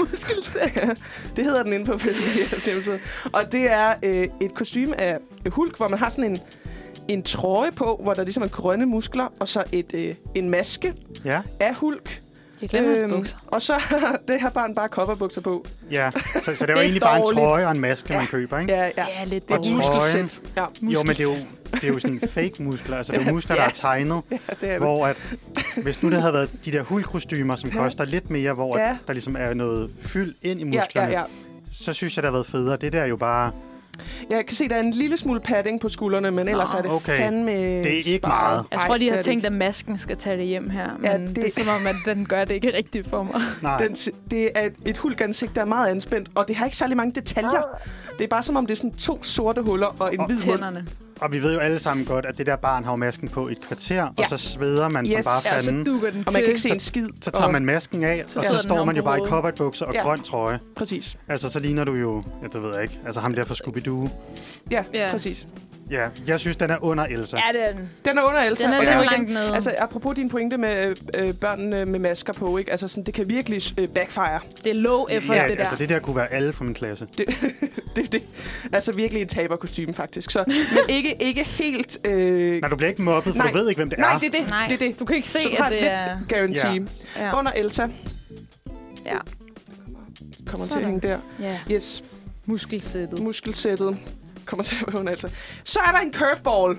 Det hedder den inde på Festivals hjemmeside. Og det er et kostume af Hulk, hvor man har sådan en trøje på, hvor der ligesom er grønne muskler, og så en maske af Hulk. De glemmer hans bukser. Og så det her barn bare cowboybukser på. Ja, så det er jo egentlig bare en trøje og en maske, man køber, ikke? Ja, lidt det er muskelsæt. Ja. Jo, men det er jo sådan fake muskler. Altså, det er jo muskler, der er tegnet. Ja, det er hvor at, hvis nu det havde været de der Hulk-kostymer, som koster lidt mere, hvor der ligesom er noget fyld ind i musklerne, så synes jeg, det har været federe. Det der er jo bare... Jeg kan se, der er en lille smule padding på skuldrene, men ellers er det fandme... Det er ikke meget. Jeg tror, de har tænkt, at masken skal tage det hjem her, men det er som om, at den gør det ikke rigtigt for mig. Det er et hulkansigt, der er meget anspændt, og det har ikke særlig mange detaljer. Det er bare som om, det er sådan 2 sorte huller og en hvid tænderne. Og vi ved jo alle sammen godt, at det der barn har masken på et kvarter, og så sveder man som bare fanden. Så dukker den til. Og man kan ikke se en skid. Så tager man masken af, og så står man jo bare i cowboybukser og grøn trøje. Præcis. Altså, så ligner du jo, det ved jeg ikke, altså ham der fra Scooby-Doo. Ja, præcis. Ja, jeg synes, den er under Elsa. Ja, det er den. Den er under Elsa. Den er lidt langt nede. Altså, apropos din pointe med børnene med masker på, ikke? Altså, sådan, det kan virkelig backfire. Det er low effort, det der. Altså, det der kunne være alle fra min klasse. Det. Altså, virkelig en taberkostyme, faktisk. Så, men ikke helt... Nej, du bliver ikke mobbet, for du ved ikke, hvem det er. Nej, det er det. Du kan ikke se, at det er... guarantee. Ja. Under Elsa. Ja. Kommer til at hænge der. Ja. Yes. Muskelsættet. Kommer til at være under Elsa. Så er der en curveball.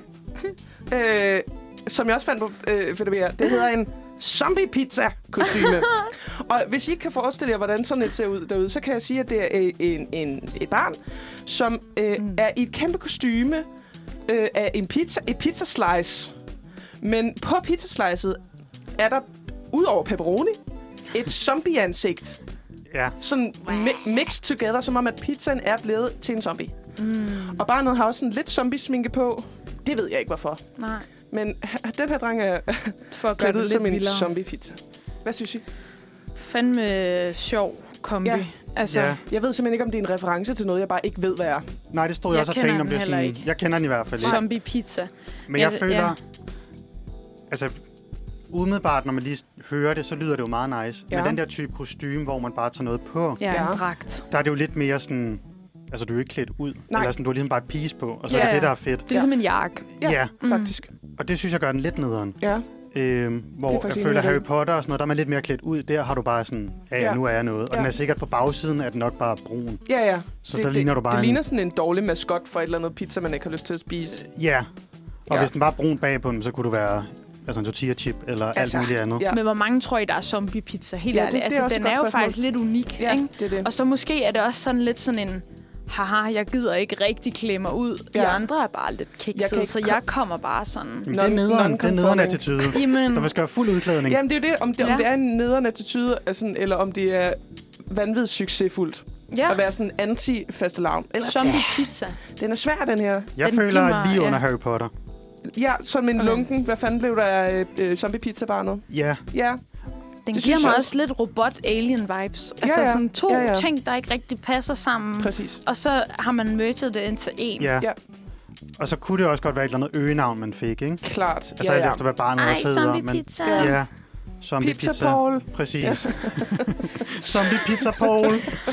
Som jeg også fandt på det hedder en zombie-pizza-kostyme. Og hvis I ikke kan forestille jer, hvordan sådan et ser ud derude, så kan jeg sige, at det er et barn, som er i et kæmpe kostyme af et pizza-slice. Men på pizza-slicet er der, udover pepperoni, et zombie-ansigt. Ja. Sådan mixed together, som om at pizzaen er blevet til en zombie. Og barnet har også sådan lidt zombie-sminke på. Det ved jeg ikke, hvorfor. Nej. Men den her dreng er klædt ud som en zombie-pizza. Hvad synes I? Fandme sjov kombi. Ja. Altså, jeg ved simpelthen ikke, om det er en reference til noget, jeg bare ikke ved, hvad er. Nej, det stod jeg også og tænkte om det. Sådan, jeg kender den i hvert fald ikke. Zombie-pizza. Men jeg føler... Ja. Altså, umiddelbart, når man lige hører det, så lyder det jo meget nice. Men den der type kostume, hvor man bare tager noget på... Ja, en dragt. Der er det jo lidt mere sådan... Altså, du er ikke klædt ud. Nej. Eller sådan, du har ligesom bare et piece på, og så er det, der er fedt. Det er ligesom en jakke. Ja, faktisk. Og det synes jeg gør den lidt nederen. Ja. Hvor jeg føler Harry Potter og sådan noget, der er man lidt mere klædt ud. Der har du bare sådan, nu er jeg noget. Og den er sikkert på bagsiden, er den nok bare brun. Ja. Så der ligner du bare det ligner sådan en dårlig maskot for et eller andet pizza, man ikke har lyst til at spise. Ja. Og hvis den bare er brun bag på den, så kunne du være... Altså en tortilla-chip eller alt muligt andet. Ja. Men hvor mange tror I, der er zombie-pizza? Helt ærligt. Altså, den er jo faktisk lidt unik. Ja, ikke? Det. Og så måske er det også sådan lidt sådan en... haha, jeg gider ikke rigtig klemme ud. De andre er bare lidt kikset, så jeg kommer bare sådan... Jamen, det er nederen attitude. Der vil skal være fuld udklædning. Jamen, det er jo det, om det er en nederen attitude, eller om det er vanvittigt succesfuldt. Ja. At være sådan anti-fastelavn. Eller zombie pizza. Den er svær, den her. Jeg føler lige under Harry Potter. Ja, som en lunken. Hvad fanden blev der af zombie pizza-barnet? Ja. Den giver mig også lidt robot-alien-vibes. Altså sådan to ting, der ikke rigtig passer sammen. Præcis. Og så har man merged det ind til en. Ja. Og så kunne det også godt være et eller andet øgenavn, man fik, ikke? Klart. Altså alt efter, hvad barnet også hedder. Zombie pizza. Ja. Zombie pizza Paul. Præcis. Ja. Zombie pizza Paul.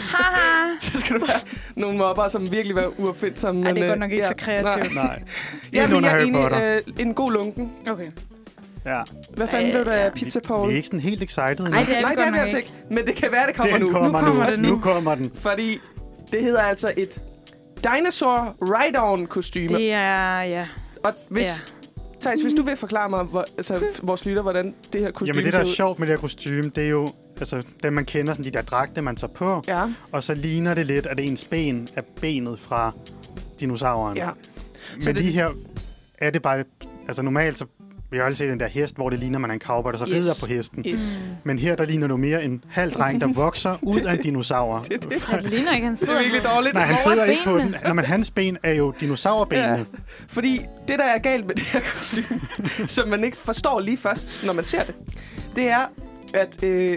Så skal det være nogle mobber, som virkelig var uopfindsomme. Nej, det er godt nok ikke så kreativt. Nej. Ja, men jeg er enig. En god lunken. Okay. Ja. Hvad fanden blev der af pizza Paul? Vi er ikke sådan helt excited nu. Nej, det er vi altså ikke. Men det kan være, det kommer nu. Nu kommer den. Fordi det hedder altså et Dinosaur Ride-On-kostyme. Det er, ja. Og hvis... Thijs, hvis du vil forklare mig, vores lytter, hvordan det her kostyme Jamen det, der er sjovt med det her kostyme, det er jo dem, man kender, sådan de der dragte, man tager på. Ja. Og så ligner det lidt, at ens ben er benet fra dinosauren. Ja. Men lige her er det bare... Altså normalt, så vi har altid set den der hest, hvor det ligner, man er en cowboy, der så rider på hesten. Yes. Men her, der ligner du mere en halv dreng, der vokser ud af en dinosaur. Det ligner ikke, han sidder. Det er virkelig dårligt. Nej, han sidder ikke på den. Nå, men hans ben er jo dinosaurbenene. Ja, fordi det, der er galt med det her kostyme, som man ikke forstår lige først, når man ser det, det er, at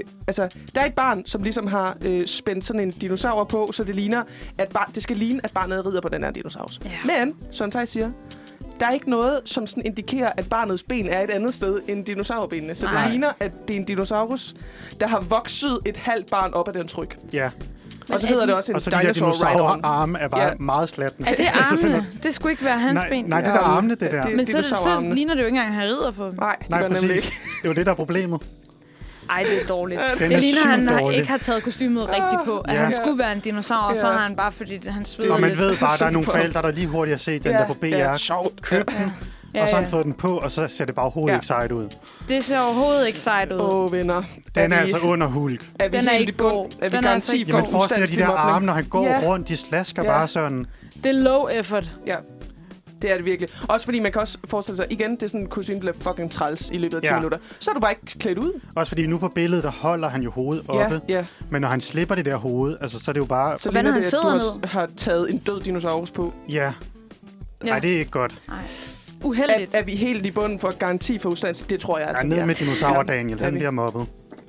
der er et barn, som ligesom har spændt sådan en dinosaur på, så det ligner, det skal ligne, at barnet rider på den her dinosaurus. Ja. Men, som Thijs siger, der er ikke noget, som sådan indikerer, at barnets ben er et andet sted end dinosaurbenene. Så det ligner, at det er en dinosaurus, der har vokset et halvt barn op af den ryg. Ja. Og så hedder det også en Dinosaur Ride-On. Er bare meget slatten. Er det armene? Det skulle ikke være hans ben. Nej, det er armene, det der. Men så ligner det jo ikke engang, at han rider på dem. Nej, præcis. Det er jo det, der er problemet. Ej, det er dårligt. Det ligner, at han ikke har taget kostymet rigtigt på. At han skulle være en dinosaur, og så har han bare, fordi han sveder lidt. Og man ved bare, at der er nogle forældre, der lige hurtigt har set den der på BR. Købt den. Og så har han fået den på, og så ser det bare overhovedet ikke sejt ud. Det ser overhovedet ikke sejt ud. Venner. Den er altså under Hulk. Den er ikke god. Den er altså ikke god. Jamen forestil dig de der arme, når han går rundt, de slasker bare sådan. Det er low effort. Ja. Det er det virkelig. Også fordi man kan også forestille sig, igen, det er sådan en kostyme, der bliver fucking træls i løbet af 10 minutter. Så er du bare ikke klædt ud. Også fordi nu på billedet, der holder han jo hovedet oppe. Ja. Men når han slipper det der hoved, altså så er det jo bare... Så ligner det, at du har taget en død dinosaurus på. Ja. Nej, det er ikke godt. Nej. Uheldigt. Er vi helt i bunden for garanti for udstand? Det tror jeg altså. Ned med dinosaurer, Daniel. Han bliver mobbet.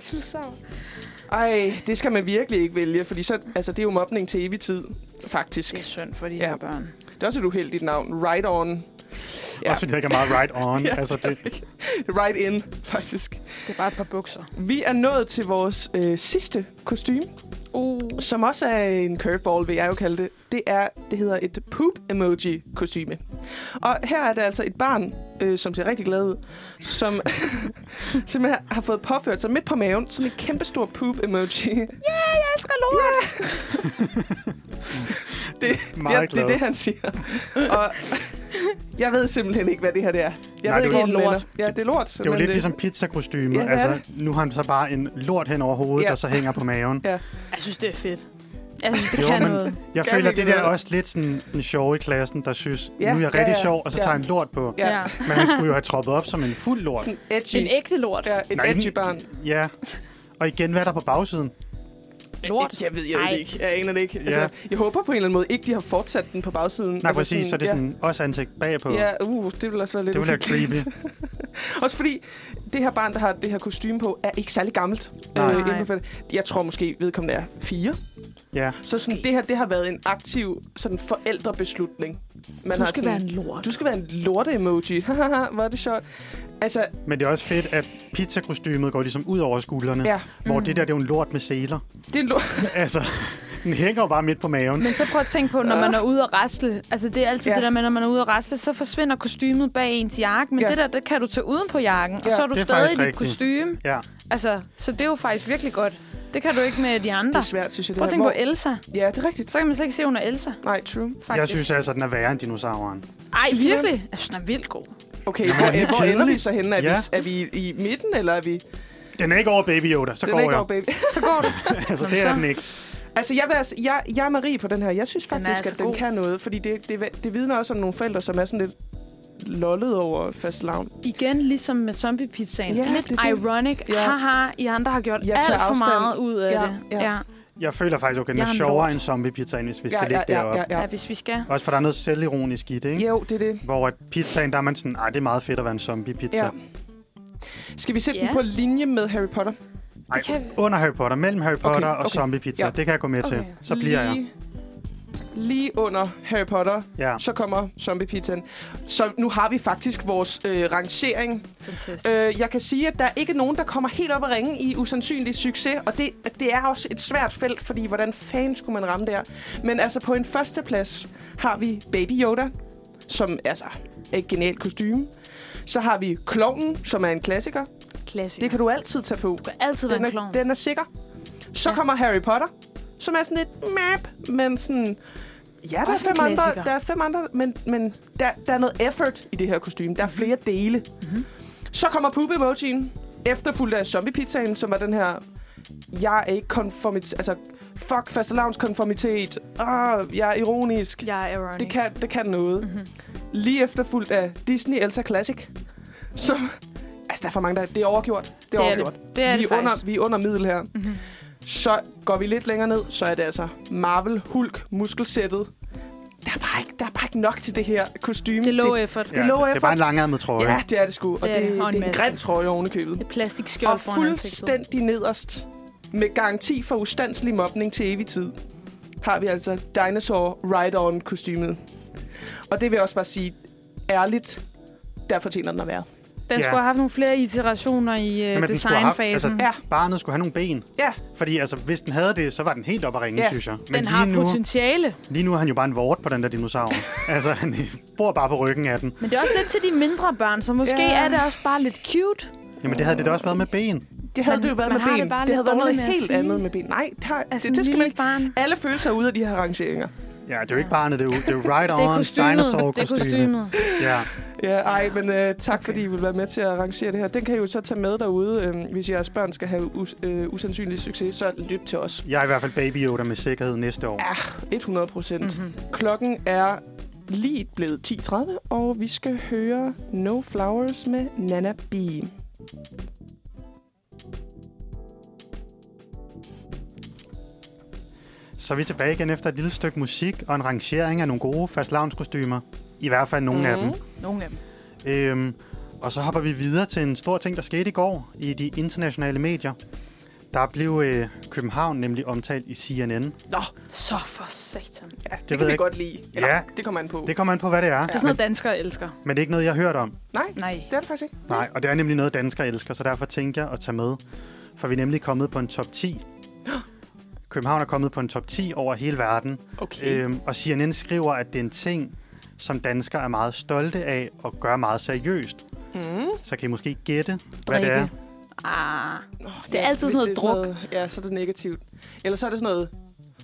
Ej, det skal man virkelig ikke vælge, fordi så, det er jo mobning til evig tid, faktisk. Det er synd for de her børn. Det er også et uheldigt navn. Ride On. Ja. Også fordi det ikke er meget right on. Det right in, faktisk. Det er bare et par bukser. Vi er nået til vores sidste kostume, som også er en curveball, vil jeg jo kalde det. Det hedder et poop-emoji-kostyme. Og her er det altså et barn, som ser rigtig glad ud, som simpelthen har fået påført sig midt på maven sådan et kæmpestort poop-emoji. Jeg elsker lort! Det er det, han siger. Og jeg ved simpelthen ikke, hvad det her er. Jeg ved ikke, det er lort. Ja, det er lort. Det er jo lidt ligesom pizzakostyme. Ja, nu har han så bare en lort hen over hovedet, der så hænger på maven. Ja. Jeg synes, det er fedt. Jeg synes, det kan noget. Jeg føler, det der også lidt sådan en sjov i klassen, der synes, nu er jeg rigtig sjov, og så tager en lort på. Ja. Men han skulle jo have troppet op som en fuld lort. Sådan edgy. En ægte lort. Ja, et edgy barn. Ja. Og igen, hvad er der på bagsiden? Lort? Jeg ved ikke. Jeg aner det ikke. Ja. Altså, jeg håber på en eller anden måde ikke, de har fortsat den på bagsiden. Nej, præcis. Sådan, så det er sådan også ansigt bagpå. Ja, det vil også være lidt det vil være creepy. Også fordi det her barn, der har det her kostume på, er ikke særlig gammelt. Jeg tror måske vedkommende er 4. Ja. Så sådan, det har været en aktiv sådan forældrebeslutning. Du skal være en lort. Du skal være en lorte-emoji. Hvor er det sjovt. Altså, men det er også fedt, at pizzakostymet går ligesom ud over skuldrene. Hvor det der, det er jo en lort med seler. Det er en lort. Altså, den hænger jo bare midt på maven. Men så prøv at tænke på, når man er ude at rasle. Altså, det er altid det der med, når man er ude at rasle, så forsvinder kostymet bag ens jakke. Men det der, det kan du tage uden på jakken. Og så er du stadig i dit kostume. Ja. Altså, så det er jo faktisk virkelig godt. Det kan du ikke med de andre. Det er svært, synes jeg. Prøv at tænke på Elsa. Ja, det er rigtigt. Så kan man slet ikke se, hun er Elsa. Nej, true. Faktisk. Jeg synes altså, den er værre end dinosauren. Ej, virkelig? Jeg synes, den er vildt god. Okay, hvor ender vi så henne? Er vi i midten, eller er vi... Den er ikke over Baby Yoda, så den går er ikke jeg. Over baby. Så går du. Altså, det er den ikke. Altså, jeg er Marie på den her. Jeg synes faktisk, at den kan noget, fordi det vidner også om nogle forældre, som er sådan lidt lollet over fastelavn. Igen, ligesom med zombie-pizzaen. Det er lidt ironic. Haha, I andre har gjort alt for meget ud af det. Ja. Jeg føler faktisk, okay, den er sjovere end zombie-pizzaen, hvis vi skal ligge deroppe. Ja, hvis vi skal. Også for der er noget selvironisk i det, ikke? Jo, det er det. Hvor pizzaen, der er man sådan, det er meget fedt at være en zombie-pizza. Ja. Skal vi sætte den på linje med Harry Potter? Under Harry Potter. Mellem Harry Potter og zombie-pizza. Ja. Det kan jeg gå med til. Så bliver jeg. Lige under Harry Potter, så kommer zombie-pizzaen. Så nu har vi faktisk vores rangering. Fantastisk. Jeg kan sige, at der er ikke nogen, der kommer helt op at ringe i usandsynlig succes. Og det er også et svært felt, fordi hvordan fanden skulle man ramme der? Men altså på en førsteplads har vi Baby Yoda, som altså er et genialt kostume. Så har vi Klovnen, som er en klassiker. Det kan du altid tage på. Du kan altid være en klovn. Den er sikker. Så kommer Harry Potter, som er sådan lidt map, men sådan... Ja, der er 5 andre, men der er noget effort i det her kostume. Der er flere dele. Mm-hmm. Så kommer poop-emojien, efterfulgt af zombie-pizzaen, som var den her... Jeg er ikke fuck fastelavnskonformitet. Jeg er ironisk. Jeg er ironisk. Det kan noget. Mm-hmm. Lige efterfulgt af Disney Elsa Classic. Som... Altså, der er for mange, der... Det er overgjort. Det er overgjort. Vi er under middel her. Mm-hmm. Så går vi lidt længere ned, så er det altså Marvel Hulk muskelsættet. Der er bare ikke nok til det her kostume. Det er low effort. Det er bare en langærmet trøje. Ja, det er det sgu. Og det er en grim trøje ovenikøbet. Det er plastikskjold foran ansigtet. Og fuldstændig nederst, med garanti for ustandselig mobning til evig tid, har vi altså Dinosaur Ride-On-kostymet. Og det vil jeg også bare sige, ærligt, der fortjener den at være. Den skulle have haft nogle flere iterationer i designfasen. Barnet skulle have nogle ben. Ja. Fordi altså, hvis den havde det, så var den helt op at ringe, synes jeg. Men den har potentiale. Lige nu er han jo bare en vort på den der dinosaur. Altså, han bor bare på ryggen af den. Men det er også lidt til de mindre børn, så måske er det også bare lidt cute. Jamen, det havde det også været med ben. Det havde det jo været med ben. Det havde været noget helt andet med ben. Nej, det skal man ikke. Alle følelser ud af de her rangeringer. Ja, det er jo ikke barnet, det er jo Ride-On, Dinosaur-kostyme. Det er kostymet. Ja, men tak fordi I vil være med til at rangere det her. Den kan I jo så tage med derude, hvis jeres børn skal have usandsynlig succes, så lyt til os. Jeg er i hvert fald Baby Yoda med sikkerhed næste år. Ja, 100%. Mm-hmm. Klokken er lige blevet 10:30, og vi skal høre No Flowers med Nana B. Så er vi tilbage igen efter et lille stykke musik og en rangering af nogle gode fastelavnskostymer. I hvert fald nogle af dem. Nogle af dem. Og så hopper vi videre til en stor ting, der skete i går i de internationale medier. Der blev København nemlig omtalt i CNN. Nå, så for satan. Ja, det kan vi godt lide. Eller, det kommer an på. Det kommer an på, hvad det er. Det er sådan noget, danskere elsker. Men det er ikke noget, jeg har hørt om. Nej, det er det faktisk ikke. Nej, og det er nemlig noget, danskere elsker, så derfor tænker jeg at tage med. For vi er nemlig kommet på en top 10. København er kommet på en top 10 over hele verden. Okay. Og CNN skriver, at det er en ting, som danskere er meget stolte af og gør meget seriøst. Så kan I måske gætte, hvad det er. Det er altid sådan noget druk. Ja, så er det negativt. Eller så er det sådan noget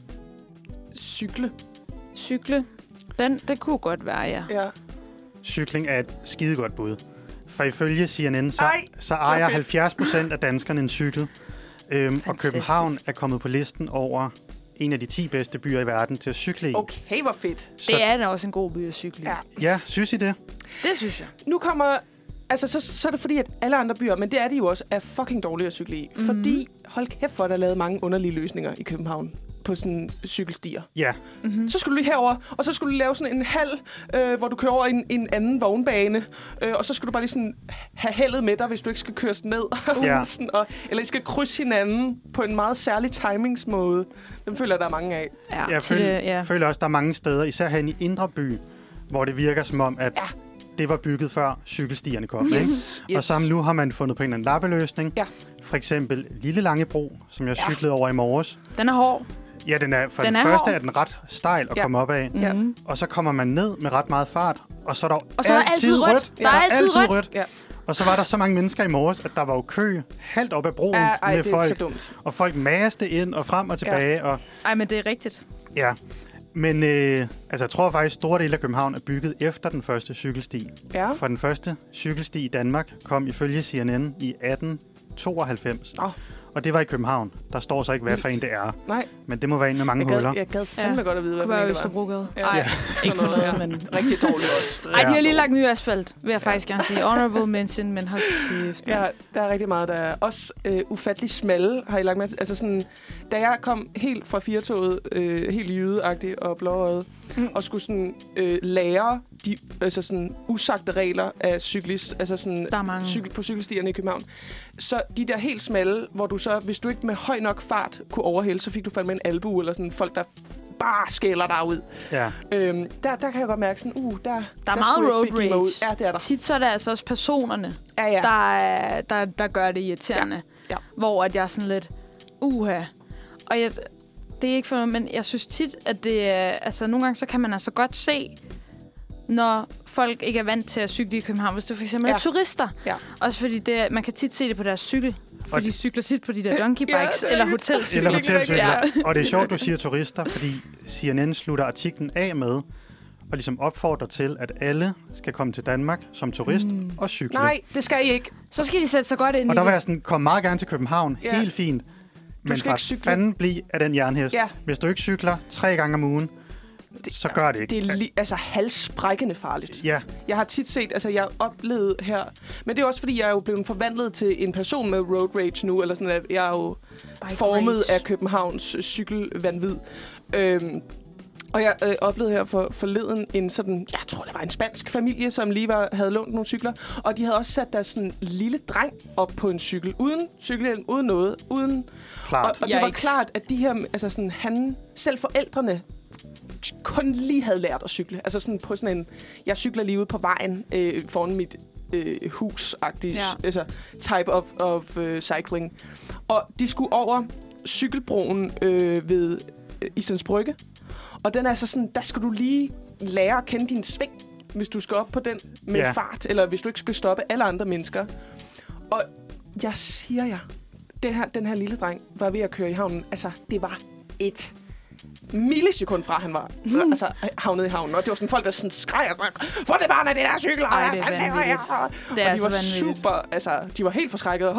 cykle. Det kunne godt være, ja. Cykling er et skidegodt bud. For ifølge CNN, så ejer 70% af danskerne en cykel. Og København er kommet på listen over en af de 10 bedste byer i verden til at cykle i. Okay, hvor fedt. Det er da også en god by at cykle i. Ja, synes I det? Det synes jeg. Nu kommer... Altså, så er det fordi, at alle andre byer, men det er de jo også, er fucking dårlige at cykle i. Mm-hmm. Fordi, hold kæft for, at der er lavet mange underlige løsninger i København på sådan cykelstier. Ja. Mm-hmm. Så skulle du lige herover, og så skulle du lave sådan en halv, hvor du kører over en anden vognbane, og så skulle du bare lige sådan have heldet med dig, hvis du ikke skal køres ned. Sådan, eller I skal krydse hinanden på en meget særlig timingsmåde. Dem føler der er mange af. Ja, jeg føler også, der er mange steder, især her i Indre By, hvor det virker som om, at det var bygget før cykelstierne kom. Yes. Og så nu har man fundet på en eller anden lappeløsning. Ja. For eksempel Lille Langebro, som jeg cyklede over i morges. Den er hård. Ja, den første er den ret stejl at komme op af. Ja. Og så kommer man ned med ret meget fart, og så er der altid rødt. Der er altid rødt. Ja. Og så var der så mange mennesker i morges, at der var jo kø halvt op ad broen med folk. Så dumt. Og folk maste ind og frem og tilbage. Ej, men det er rigtigt. Ja. Men jeg tror faktisk, at store dele af København er bygget efter den første cykelsti. Ja. For den første cykelsti i Danmark kom ifølge CNN i 1892. Og det var i København. Der står så ikke, hvad for en det er. Nej. Men det må være en med mange huller. Jeg gad fandme godt at vide, hvad for en det var. Østerbrogade. Ja. Ikke for noget, men rigtig dårligt også. Ej, de har lige lagt ny asfalt, vil jeg faktisk gerne sige. Honorable mention, men hold kæft. Ja, der er rigtig meget, der er også ufattelig smalle, har I lagt med. Altså sådan, da jeg kom helt fra Firtoget, helt jydeagtigt og blåøjet, og skulle sådan lære de altså sådan usagte regler af cyklist, altså sådan på cykelstierne i København. Så de der helt smalle, hvor du så, hvis du ikke med høj nok fart kunne overhælde, så fik du faldet med en albue, eller sådan folk, der bare skælder dig ud. Ja. Der kan jeg godt mærke sådan, der er meget road rage. Ja, det er der. Tit så er det altså også personerne, der gør det irriterende. Ja. Hvor at jeg er sådan lidt, Og det er ikke for noget, men jeg synes tit, at det er, altså nogle gange så kan man altså godt se, når folk ikke er vant til at cykle i København, hvis det for eksempel er turister. Ja. Også fordi man kan tit se det på deres cykel. Fordi de cykler tit på de der donkey bikes eller hotelcykler. Ja. Og det er sjovt, du siger turister, fordi CNN slutter artiklen af med og ligesom opfordrer til, at alle skal komme til Danmark som turist og cykle. Nej, det skal I ikke. Så skal de sætte sig godt ind i det. Og der var jeg sådan, kom meget gerne til København, helt fint. Men for fanden blive af den jernhest. Ja. Hvis du ikke cykler 3 gange om ugen, så gør det ikke. Det er altså halssprækkende farligt. Ja. Jeg har tit set, altså jeg oplevede her, men det er også fordi, jeg er jo blevet forvandlet til en person med road rage nu, eller sådan, at jeg er jo formet af Københavns cykelvanvid. Og jeg oplevede her forleden en sådan, jeg tror det var en spansk familie, som lige havde lånt nogle cykler, og de havde også sat deres sådan lille dreng op på en cykel, uden cykelhjelm, uden noget, uden. Og det var klart, at de her, altså sådan, selv forældrene kun lige havde lært at cykle. Altså sådan på sådan en, jeg cykler lige ude på vejen foran mit hus-agtigt, altså type of cycling. Og de skulle over cykelbroen ved Islands Brygge. Og den er så sådan, der skal du lige lære at kende din sving, hvis du skal op på den med fart, eller hvis du ikke skal stoppe alle andre mennesker. Og jeg siger jer, den her lille dreng var ved at køre i havnen. Altså, det var et millisekund fra, han var altså, havnet i havnen. Og det var sådan folk, der sådan skreg og sådan, få det barn af det der cykel! Ej, det er vanvittigt. Og de var super, altså, de var helt forskrækkede.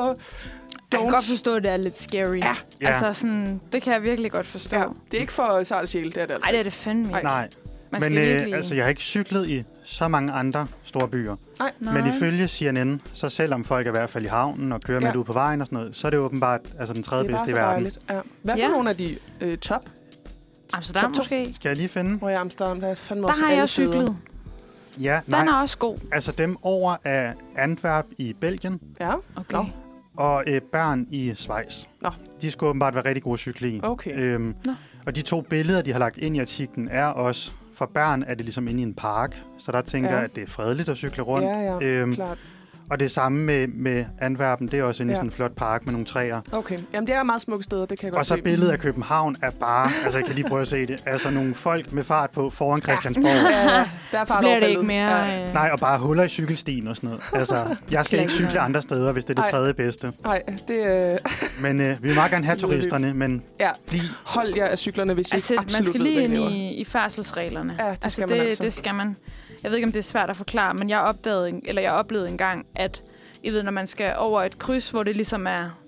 Jeg kan godt forstå, at det er lidt scary. Ja. Altså, sådan, det kan jeg virkelig godt forstå. Ja, det er ikke for sart og sjæl, det er det altså. Nej, det er det fandme ikke. Nej. Men altså, jeg har ikke cyklet i så mange andre store byer. Nej. Men ifølge CNN, så selvom folk er i hvert fald i havnen og kører med ud på vejen og sådan noget, så er det åbenbart altså, den tredje bedste i verden. Ja. Hvad for nogle af de top? Amsterdam måske. Skal jeg lige finde? Hvor er Amsterdam? Der har jeg cyklet. Ja, den er også god. Altså dem over af Antwerp i Belgien. Ja, okay. Og Bern i Schweiz. De skulle åbenbart være rigtig gode cykle i. Okay. Og de 2 billeder, de har lagt ind i artiklen, er også... For Bern er det ligesom inde i en park, så der tænker jeg, at det er fredeligt at cykle rundt. Ja, klart. Og det samme med Antwerpen, det er også inde i sådan en flot park med nogle træer. Okay, jamen det er meget smukke steder, det kan jeg godt se. Og så billedet af København er bare, altså jeg kan lige prøve at se det, altså nogle folk med fart på foran Christiansborg. Ja. Der er så bliver det ikke mere... Nej, og bare huller i cykelstien og sådan noget. Altså, jeg skal ikke cykle andre steder, hvis det er det tredje bedste. Nej, det... Men vi vil meget gerne have turisterne, men hold jer af cyklerne, hvis I absolut man skal lige ind i færdselsreglerne. Ja, det skal man altså. Det skal man. Jeg ved ikke, om det er svært at forklare, men jeg oplevede engang, at når man skal over et kryds, hvor det ligesom er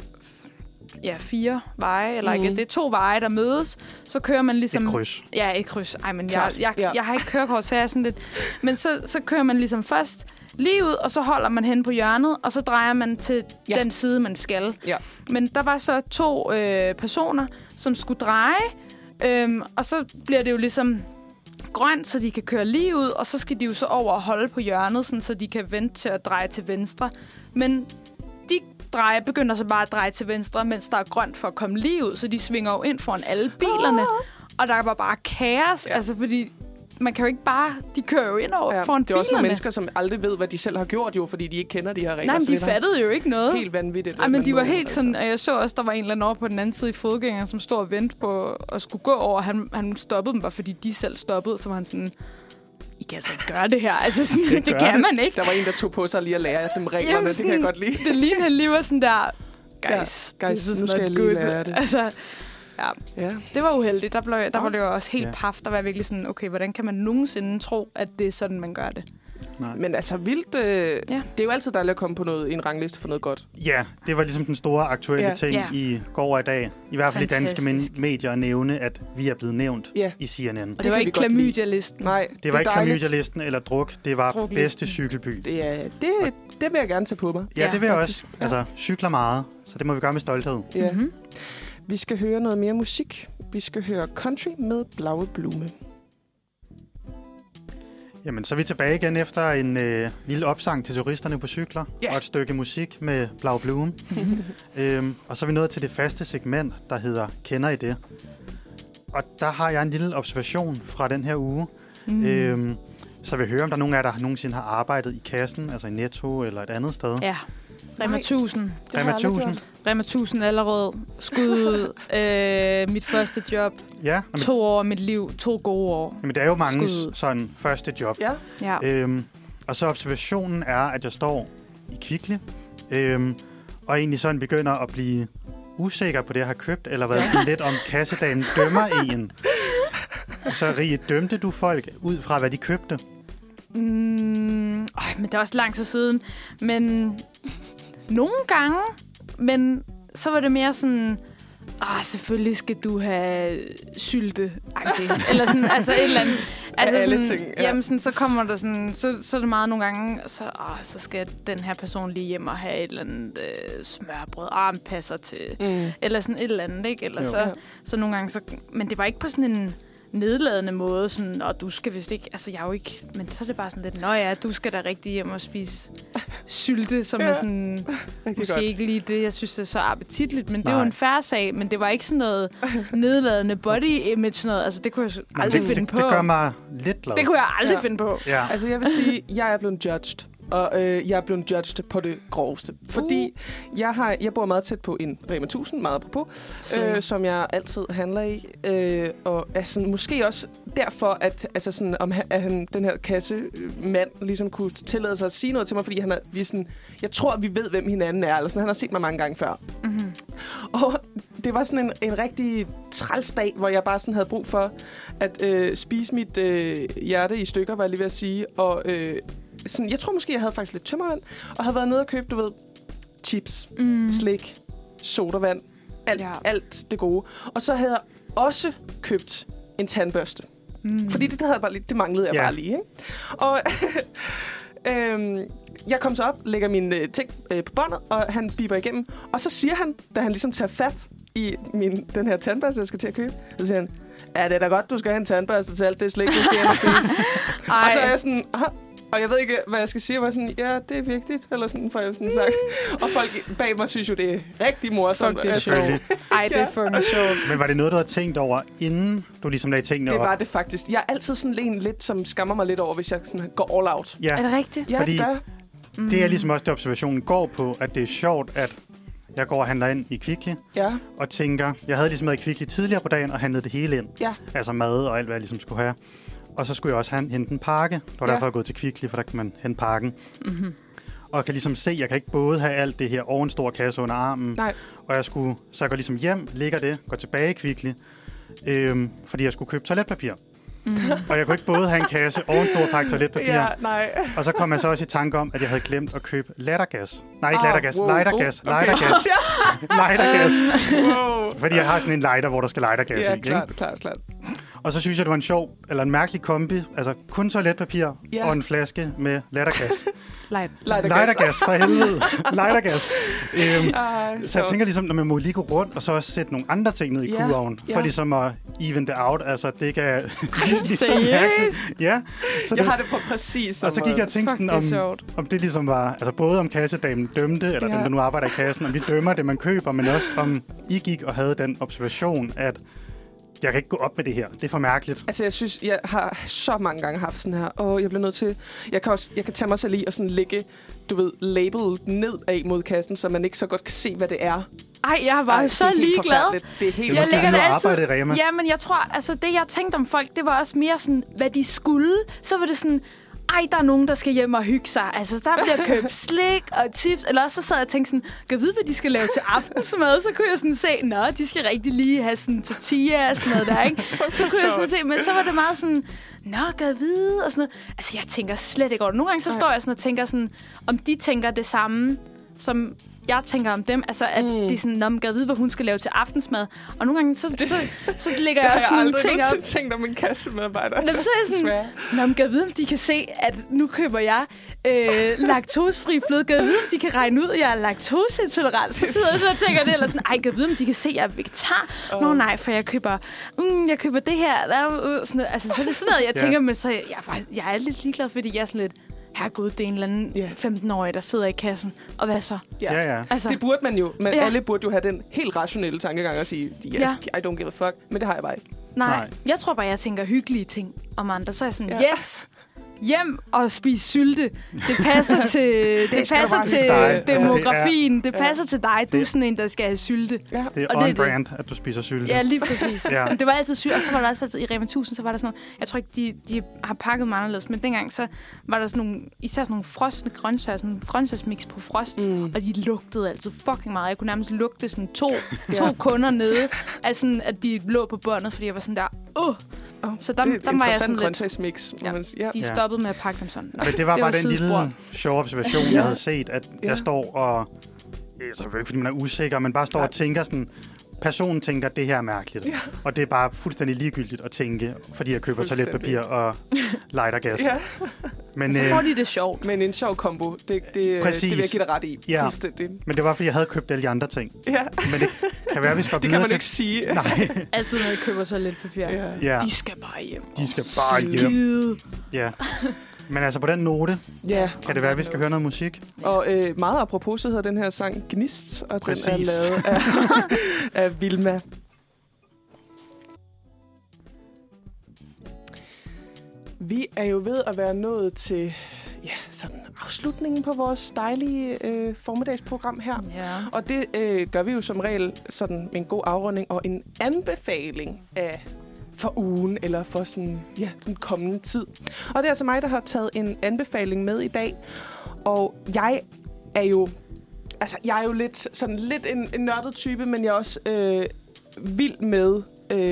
4 veje, eller ikke, det er 2 veje, der mødes, så kører man ligesom... Et kryds. Ja, et kryds. Ej, men jeg har ikke kørekort, så jeg er sådan lidt... Men så kører man ligesom først lige ud, og så holder man hen på hjørnet, og så drejer man til den side, man skal. Ja. Men der var så 2 personer, som skulle dreje, og så bliver det jo ligesom... grønt, så de kan køre lige ud, og så skal de jo så over og holde på hjørnet, sådan, så de kan vente til at dreje til venstre. Men de begynder så bare at dreje til venstre, mens der er grønt for at komme lige ud, så de svinger jo ind foran alle bilerne. Og der var bare kaos, altså fordi man kan jo ikke bare... De kører jo ind over foran bilerne. Det er også nogle mennesker, som aldrig ved, hvad de selv har gjort, jo, fordi de ikke kender de her regler. Nej, men de fattede jo ikke noget. Helt vanvittigt. Ej, men de var helt sådan... Og jeg så også, der var en eller anden over på den anden side i fodgængeren, som stod og ventede på at skulle gå over. Han stoppede dem bare, fordi de selv stoppede. Så var han sådan... I kan altså ikke gøre det her. Altså sådan, det kan man ikke. Der var en, der tog på sig lige at lære dem reglerne. Jamen, sådan, det kan jeg godt lide. Det lignede han lige var sådan der... Guys, nu skal jeg lige lære det. Altså... Ja, det var uheldigt. Der var det jo også helt paf. Der var virkelig sådan, okay, hvordan kan man nogensinde tro, at det er sådan, man gør det? Nej. Men altså vildt, det er jo altid dejligt at komme på en rangliste for noget godt. Ja, det var ligesom den store aktuelle ting i går og i dag. I hvert fald i danske medier at nævne, at vi er blevet nævnt i CNN. Og det var ikke klamydia-listen. Nej, det var ikke klamydia-listen eller druk. Det var bedste cykelby. Det vil jeg gerne tage på mig. Ja, det vil jeg også. Altså, cykler meget, så det må vi gøre med stolthed. Ja. Mm-hmm. Vi skal høre noget mere musik. Vi skal høre country med Blaue Blume. Jamen, så er vi tilbage igen efter en lille opsang til turisterne på cykler og et stykke musik med Blaue Blume. Og så er vi nået til det faste segment, der hedder Kender I det? Og der har jeg en lille observation fra den her uge. Så vi hører, om der er nogen af jer, der nogensinde har arbejdet i kassen, altså i Netto eller et andet sted. Ja. Rema 1000. Rema 1000 Allerød. Skud mit første job. Ja. 2 år af mit liv. 2 gode år. Men det er jo mange sådan første job. Ja. Og så observationen er, at jeg står i Kvickly, og egentlig sådan begynder at blive usikker på det, jeg har købt, eller været sådan lidt om kassedagen dømmer en. Så Rie, dømte du folk ud fra, hvad de købte? Men det er også lang tid siden. Men nogle gange, men så var det mere sådan, selvfølgelig skal du have sylte. Eller sådan, altså et eller andet. Altså sådan, ting, jamen sådan, så kommer der sådan, så er det meget nogle gange, så skal den her person lige hjem og have et eller andet smørbrød, passer til, eller sådan et eller andet, ikke? Eller så nogle gange, men det var ikke på sådan en nedladende måde, sådan, og du skal vist ikke, altså jeg er jo ikke, men så er det bare sådan lidt, du skal da rigtig hjem og spise sylte, som er sådan, måske godt. Ikke lige det, jeg synes er så appetitligt, men det er jo en fair sag, men det var ikke sådan noget nedladende body image, noget, altså det kunne jeg aldrig finde på. Det gør mig lidt glad. Det kunne jeg aldrig finde på. Ja. Altså jeg vil sige, jeg er blevet judged. Og jeg er blevet judged på det groveste. Fordi jeg bor meget tæt på en Rema 1000, meget apropos, som jeg altid handler i. Og altså, måske også derfor, at, altså, sådan, at den her kassemand ligesom kunne tillade sig at sige noget til mig, fordi jeg tror, vi ved, hvem hinanden er. Eller sådan, han har set mig mange gange før. Mm-hmm. Og det var sådan en rigtig træls dag, hvor jeg bare sådan havde brug for at spise mit hjerte i stykker, var jeg lige ved at sige. Og sådan, jeg tror måske, jeg havde faktisk lidt tømmervand, og havde været nede og købe, du ved, chips, slik, sodavand, alt det gode. Og så havde jeg også købt en tandbørste. Fordi det havde jeg bare lige, det manglede jeg bare lige. Ikke? Og jeg kom så op, lægger mine ting på båndet, og han biber igennem. Og så siger han, da han ligesom tager fat i den her tandbørste, jeg skal til at købe, så siger han, det er da godt, du skal have en tandbørste til alt det slik, du skal have spise. Og så er jeg sådan, og jeg ved ikke, hvad jeg skal sige. Jeg var sådan, det er vigtigt, eller sådan, får jeg sådan sagt. Og folk bag mig synes jo, det er rigtig morsomt. Det er sjovt. Ej, det er fucking sjovt. Men var det noget, du havde tænkt over, inden du ligesom lagde tingene op? Det var det faktisk. Jeg er altid sådan lidt, som skammer mig lidt over, hvis jeg sådan går all out. Ja. Er det rigtigt? Ja, fordi det gør. Det er ligesom også det, observationen går på, at det er sjovt, at jeg går og handler ind i Kvickly, og tænker, jeg havde ligesom været i Kvickly tidligere på dagen, og handlede det hele ind. Ja. Altså mad og alt, hvad jeg ligesom skulle have. Og så skulle jeg også hente en pakke. Det var derfor, jeg gået til Kvickly, for der kan man hente pakken. Mm-hmm. Og jeg kan ligesom se, jeg kan ikke både have alt det her og en stor kasse under armen. Nej. Og så jeg går ligesom hjem, ligger det, går tilbage i Kvickly, fordi jeg skulle købe toiletpapir. Og jeg kunne ikke både have en kasse og en stor pakke toiletpapir. Ja, nej. Og så kom jeg så også i tanke om, at jeg havde glemt at købe lattergas. Nej, ikke lattergas. Lightergas. Okay. Lightergas. Wow. Fordi jeg har sådan en lighter, hvor der skal lightergas i. Ja, klart. Og så synes jeg, det var en mærkelig kombi. Altså kun toiletpapir og en flaske med lattergas. Lightergas, for helvede. Lightergas. Så jeg tænker ligesom, når man må lige gå rundt, og så også sætte nogle andre ting ned i kugovnen, for ligesom at even det out. Altså, det ikke er ligesom mærkeligt. Ja. Så jeg har det på præcis. Og så gik jeg og tænkte sådan, om det ligesom var, altså både om kassedamen dømte, eller dem, der nu arbejder i kassen, om vi dømmer det, man køber, men også om I gik og havde den observation, at jeg kan ikke gå op med det her. Det er for mærkeligt. Altså, jeg synes, jeg har så mange gange haft sådan her, og jeg bliver nødt til... Jeg kan tage mig selv i og sådan lægge, du ved, labelet nedad mod kassen, så man ikke så godt kan se, hvad det er. Ej, jeg var så ligeglad. Det er helt... Jeg lægger det altid. Ja, men jeg tror, altså det, jeg tænkte om folk, det var også mere sådan, hvad de skulle. Så var det sådan... ej, der er nogen, der skal hjem og hygge sig. Altså, der bliver købt slik og chips. Eller også så sad jeg og tænkte sådan, kan jeg vide, hvad de skal lave til aftensmad? Så kunne jeg sådan se, nå, de skal rigtig lige have sådan tortilla og sådan noget der, ikke? Så kunne jeg sådan se, men så var det meget sådan, nå, kan jeg vide? Og sådan noget. Altså, jeg tænker slet ikke over det. Nogle gange så står jeg sådan og tænker sådan, om de tænker det samme, som jeg tænker om dem, altså at de sådan, nå, man kan vide, hvad hun skal lave til aftensmad. Og nogle gange, så ligger jeg også sådan ting op. Det har jeg aldrig tænkt om en kassemedarbejder. Så er jeg sådan, nå, man kan vide, om de kan se, at nu køber jeg laktosefri fløde. Kan jeg vide, om de kan regne ud, at jeg er laktoseintolerant. Så sidder jeg og tænker det, eller sådan, ej, kan jeg vide, om de kan se, at jeg er vegetar. Nå nej, for jeg køber det her. Sådan, altså, så er det sådan noget, jeg tænker, men så jeg er lidt ligeglad, fordi jeg er sådan lidt, herregud, det er en eller anden 15-årig, der sidder i kassen. Og hvad så? Ja. Altså, det burde man jo. Men alle burde jo have den helt rationelle tankegang og sige, I don't give a fuck. Men det har jeg bare ikke. Nej. Jeg tror bare, jeg tænker hyggelige ting om andre. Så er jeg sådan, yes! Hjem og spise sylte. Det passer til demografien. Det passer til dig. Du er sådan en, der skal have sylte. Ja. Det er on-brand, at du spiser sylte. Ja, lige præcis. Det var altid sylt. Og så var der også altid i Rema 1000, så var der sådan noget. Jeg tror ikke, de har pakket meget anderledes. Men dengang, så var der sådan nogle, især sådan nogle frosne grøntsager, sådan nogle grøntsagsmix på frost. Og de lugtede altid fucking meget. Jeg kunne nærmest lugte sådan to kunder nede. Altså, at de lå på båndet, fordi jeg var sådan der, så der var jeg sådan lidt grøntsagsmix. De stoppede med at pakke dem sådan. Men det var bare den lille sjove observation, jeg havde set, at jeg står og, så ikke fordi man er usikker, men bare står og tænker sådan, personen tænker, at det her er mærkeligt. Ja. Og det er bare fuldstændig ligegyldigt at tænke, fordi jeg køber toiletpapir og lightergas. Ja. Men så får de det sjovt. Men en sjov kombo, det vil jeg give dig ret i. Ja. Men det var, fordi jeg havde købt alle de andre ting. Ja. Men det kan være, vi skal det kan man ikke sige. Nej. Altid, når jeg køber toiletpapir. Ja. De skal bare hjem. De skal bare hjem. Ja. Men altså på den note, kan det være, at vi skal høre noget musik? Og meget apropos, så hedder den her sang Gnist, og den er lavet af Vilma. Vi er jo ved at være nået til sådan afslutningen på vores dejlige formiddagsprogram her. Ja. Og det gør vi jo som regel sådan en god afrunding og en anbefaling af for ugen, eller for sådan, den kommende tid. Og det er altså mig, der har taget en anbefaling med i dag. Og jeg er jo lidt en nørdet type, men jeg er også vild med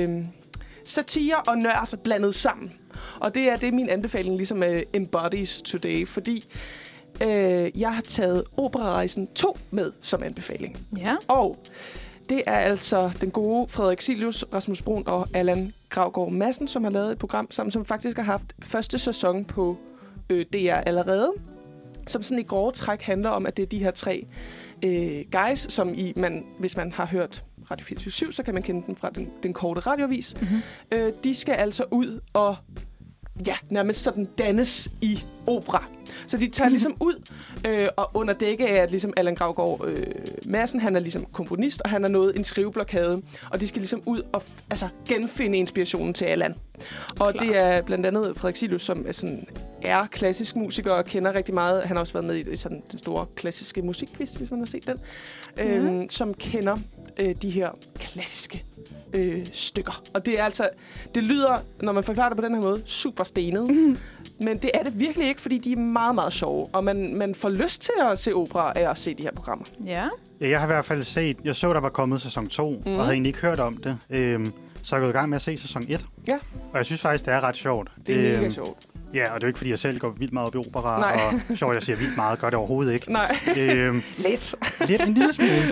satire og nørd blandet sammen. Og det er min anbefaling ligesom embodies today, fordi jeg har taget Operarejsen 2 med som anbefaling. Ja. Og det er altså den gode Frederik Silius, Rasmus Bruun og Allan Gravgaard Madsen, som har lavet et program sammen, som faktisk har haft første sæson på DR allerede. Som sådan i grove træk handler om, at det er de her 3 guys, som hvis man har hørt Radio 24/7, så kan man kende den fra den korte radioavis. Mm-hmm. De skal altså ud og nærmest sådan dannes i opera. Så de tager ligesom ud, og under dække af, at ligesom Allan Gravgaard Madsen, han er ligesom komponist, og han har nået en skriveblokade, og de skal ligesom ud og genfinde inspirationen til Allan. Og det er blandt andet Frederik Silius, som er klassisk musiker og kender rigtig meget. Han har også været med i sådan den store klassiske musikquiz, hvis man har set den, som kender de her klassiske stykker. Og det er altså, det lyder, når man forklarer det på den her måde, super stenet. Men det er det virkelig ikke, fordi de er meget, meget sjove. Og man får lyst til at se opera af at se de her programmer. Ja. Ja, jeg har i hvert fald set, jeg så, der var kommet sæson 2, og havde egentlig ikke hørt om det. Så jeg er gået i gang med at se sæson 1. Ja. Og jeg synes faktisk, det er ret sjovt. Det er mega sjovt. Ja, og det er jo ikke, fordi jeg selv går vildt meget op i opera. Nej. Og sjovt, jeg siger vildt meget, gør det overhovedet ikke. Nej, lidt. Lidt en lille smule.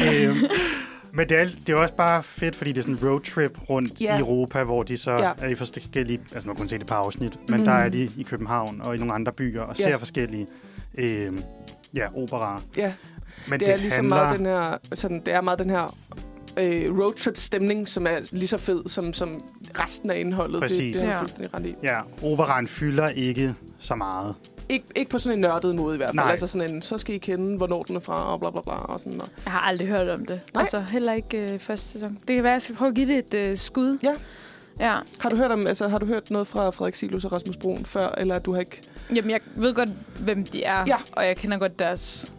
Men det er også bare fedt, fordi det er sådan en roadtrip rundt i Europa, hvor de så er i forskellige, altså man kunne se det på afsnit, men der er de i København og i nogle andre byer og ser forskellige operaer. Ja, men det er ligesom meget den her, sådan, det er meget den her roadtrip-stemning, som er lige så fed som resten af indholdet. Præcis. Det er fuldstændig ret i. Ja, operaen fylder ikke så meget. Ikke på sådan en nørdet måde i hvert fald. Nej. Altså sådan en, så skal I kende, hvornår den er fra, og bla bla bla. Og sådan noget. Jeg har aldrig hørt om det. Nej. Altså heller ikke første sæson. Det kan være, jeg skal prøve at give det et skud. Ja. Har du hørt noget fra Frederik Silius og Rasmus Bruun før, eller du har ikke? Jamen, jeg ved godt, hvem de er, og jeg kender godt deres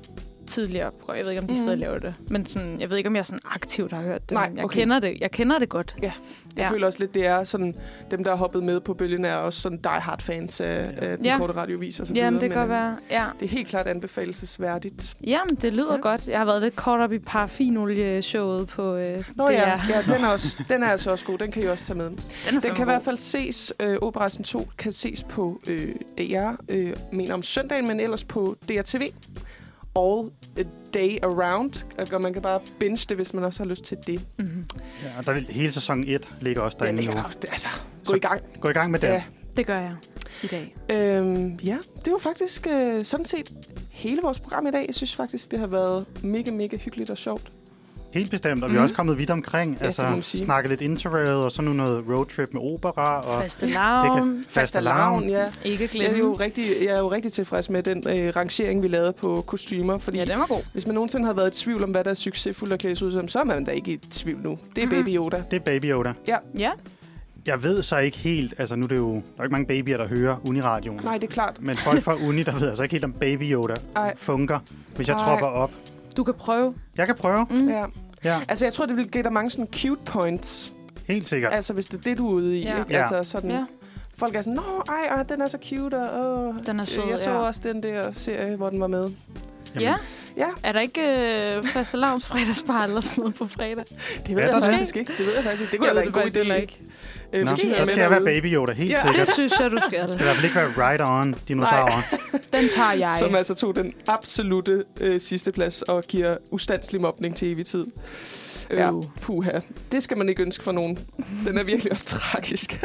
tidligere program. Jeg ved ikke, om de stadig laver det. Men sådan, jeg ved ikke, om jeg sådan aktivt har hørt det. Nej, men jeg kender det godt. Ja, jeg føler også lidt, det er sådan, dem, der har hoppet med på bølgen, er også sådan die-hard-fans af den korte radiovis og så videre. Jamen, det kan godt være. Ja. Det er helt klart anbefalelsesværdigt. Jamen, det lyder godt. Jeg har været lidt kort op i paraffinolie-showet på DR. Ja, den er altså også god. Den kan I også tage med. Den kan i hvert fald ses. Operation 2 kan ses på DR, mener om søndagen, men ellers på DRTV. All day around. Og man kan bare binge det, hvis man også har lyst til det. Mm-hmm. Ja, og der hele sæson 1 ligger også derinde nu. Altså, gå i gang. Gå i gang med det. Ja, det gør jeg i dag. Det var faktisk sådan set hele vores program i dag. Jeg synes faktisk, det har været mega, mega hyggeligt og sjovt. Helt bestemt, og vi er også kommet vidt omkring. Ja, altså, snakket lidt Interrail, og så nu noget roadtrip med opera. Og Fastelavn. Ja. Ikke glemme. Jeg er jo rigtig tilfreds med den rangering, vi lavede på kostymer. Fordi den var god. Hvis man nogensinde har været i tvivl om, hvad der er succesfuldt at klæde sig ud som, så er man da ikke i tvivl nu. Det er Baby Yoda. Det er Baby Yoda. Ja. Jeg ved så ikke helt, altså nu er det jo, der er ikke mange babyer, der hører Uniradioen. Nej, det er klart. Men folk fra Uni, der ved altså ikke helt om Baby Yoda fungerer, hvis jeg tropper op. Du kan prøve. Jeg kan prøve. Ja. Altså, jeg tror, det vil give dig mange sådan cute points. Helt sikkert. Altså, hvis det er det, du er ude i. Ikke? Altså, sådan, folk er sådan, den er så cute, og den er sød, jeg så også den der serie, hvor den var med. Jamen. Ja. Er der ikke fastelavns fredagsbar eller sådan noget på fredag? Det ved jeg faktisk ikke. Det kunne da være en god idé. Ikke. Så skal jeg være Baby Yoda, helt sikkert. Det synes jeg, du skal. Det skal i hvert fald ikke være Right On dinosaurer. Den tager jeg. Som altså tog den absolute sidste plads og giver ustandselig mobning til evig tid. Ja, puha. Det skal man ikke ønske for nogen. Den er virkelig også tragisk.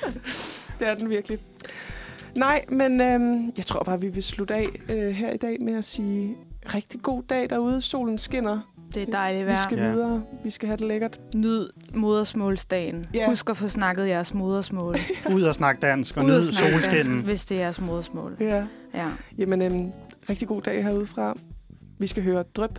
Det er den virkelig. Nej, men jeg tror bare, vi vil slutte af her i dag med at sige rigtig god dag derude. Solen skinner. Det er dejligt vejr. Vi skal videre. Vi skal have det lækkert. Nyd modersmålsdagen. Husk at få snakket jeres modersmål. Ud og snak dansk og nyd solskinnen. Hvis det er jeres modersmål. Ja. Jamen, rigtig god dag herude fra. Vi skal høre Drøb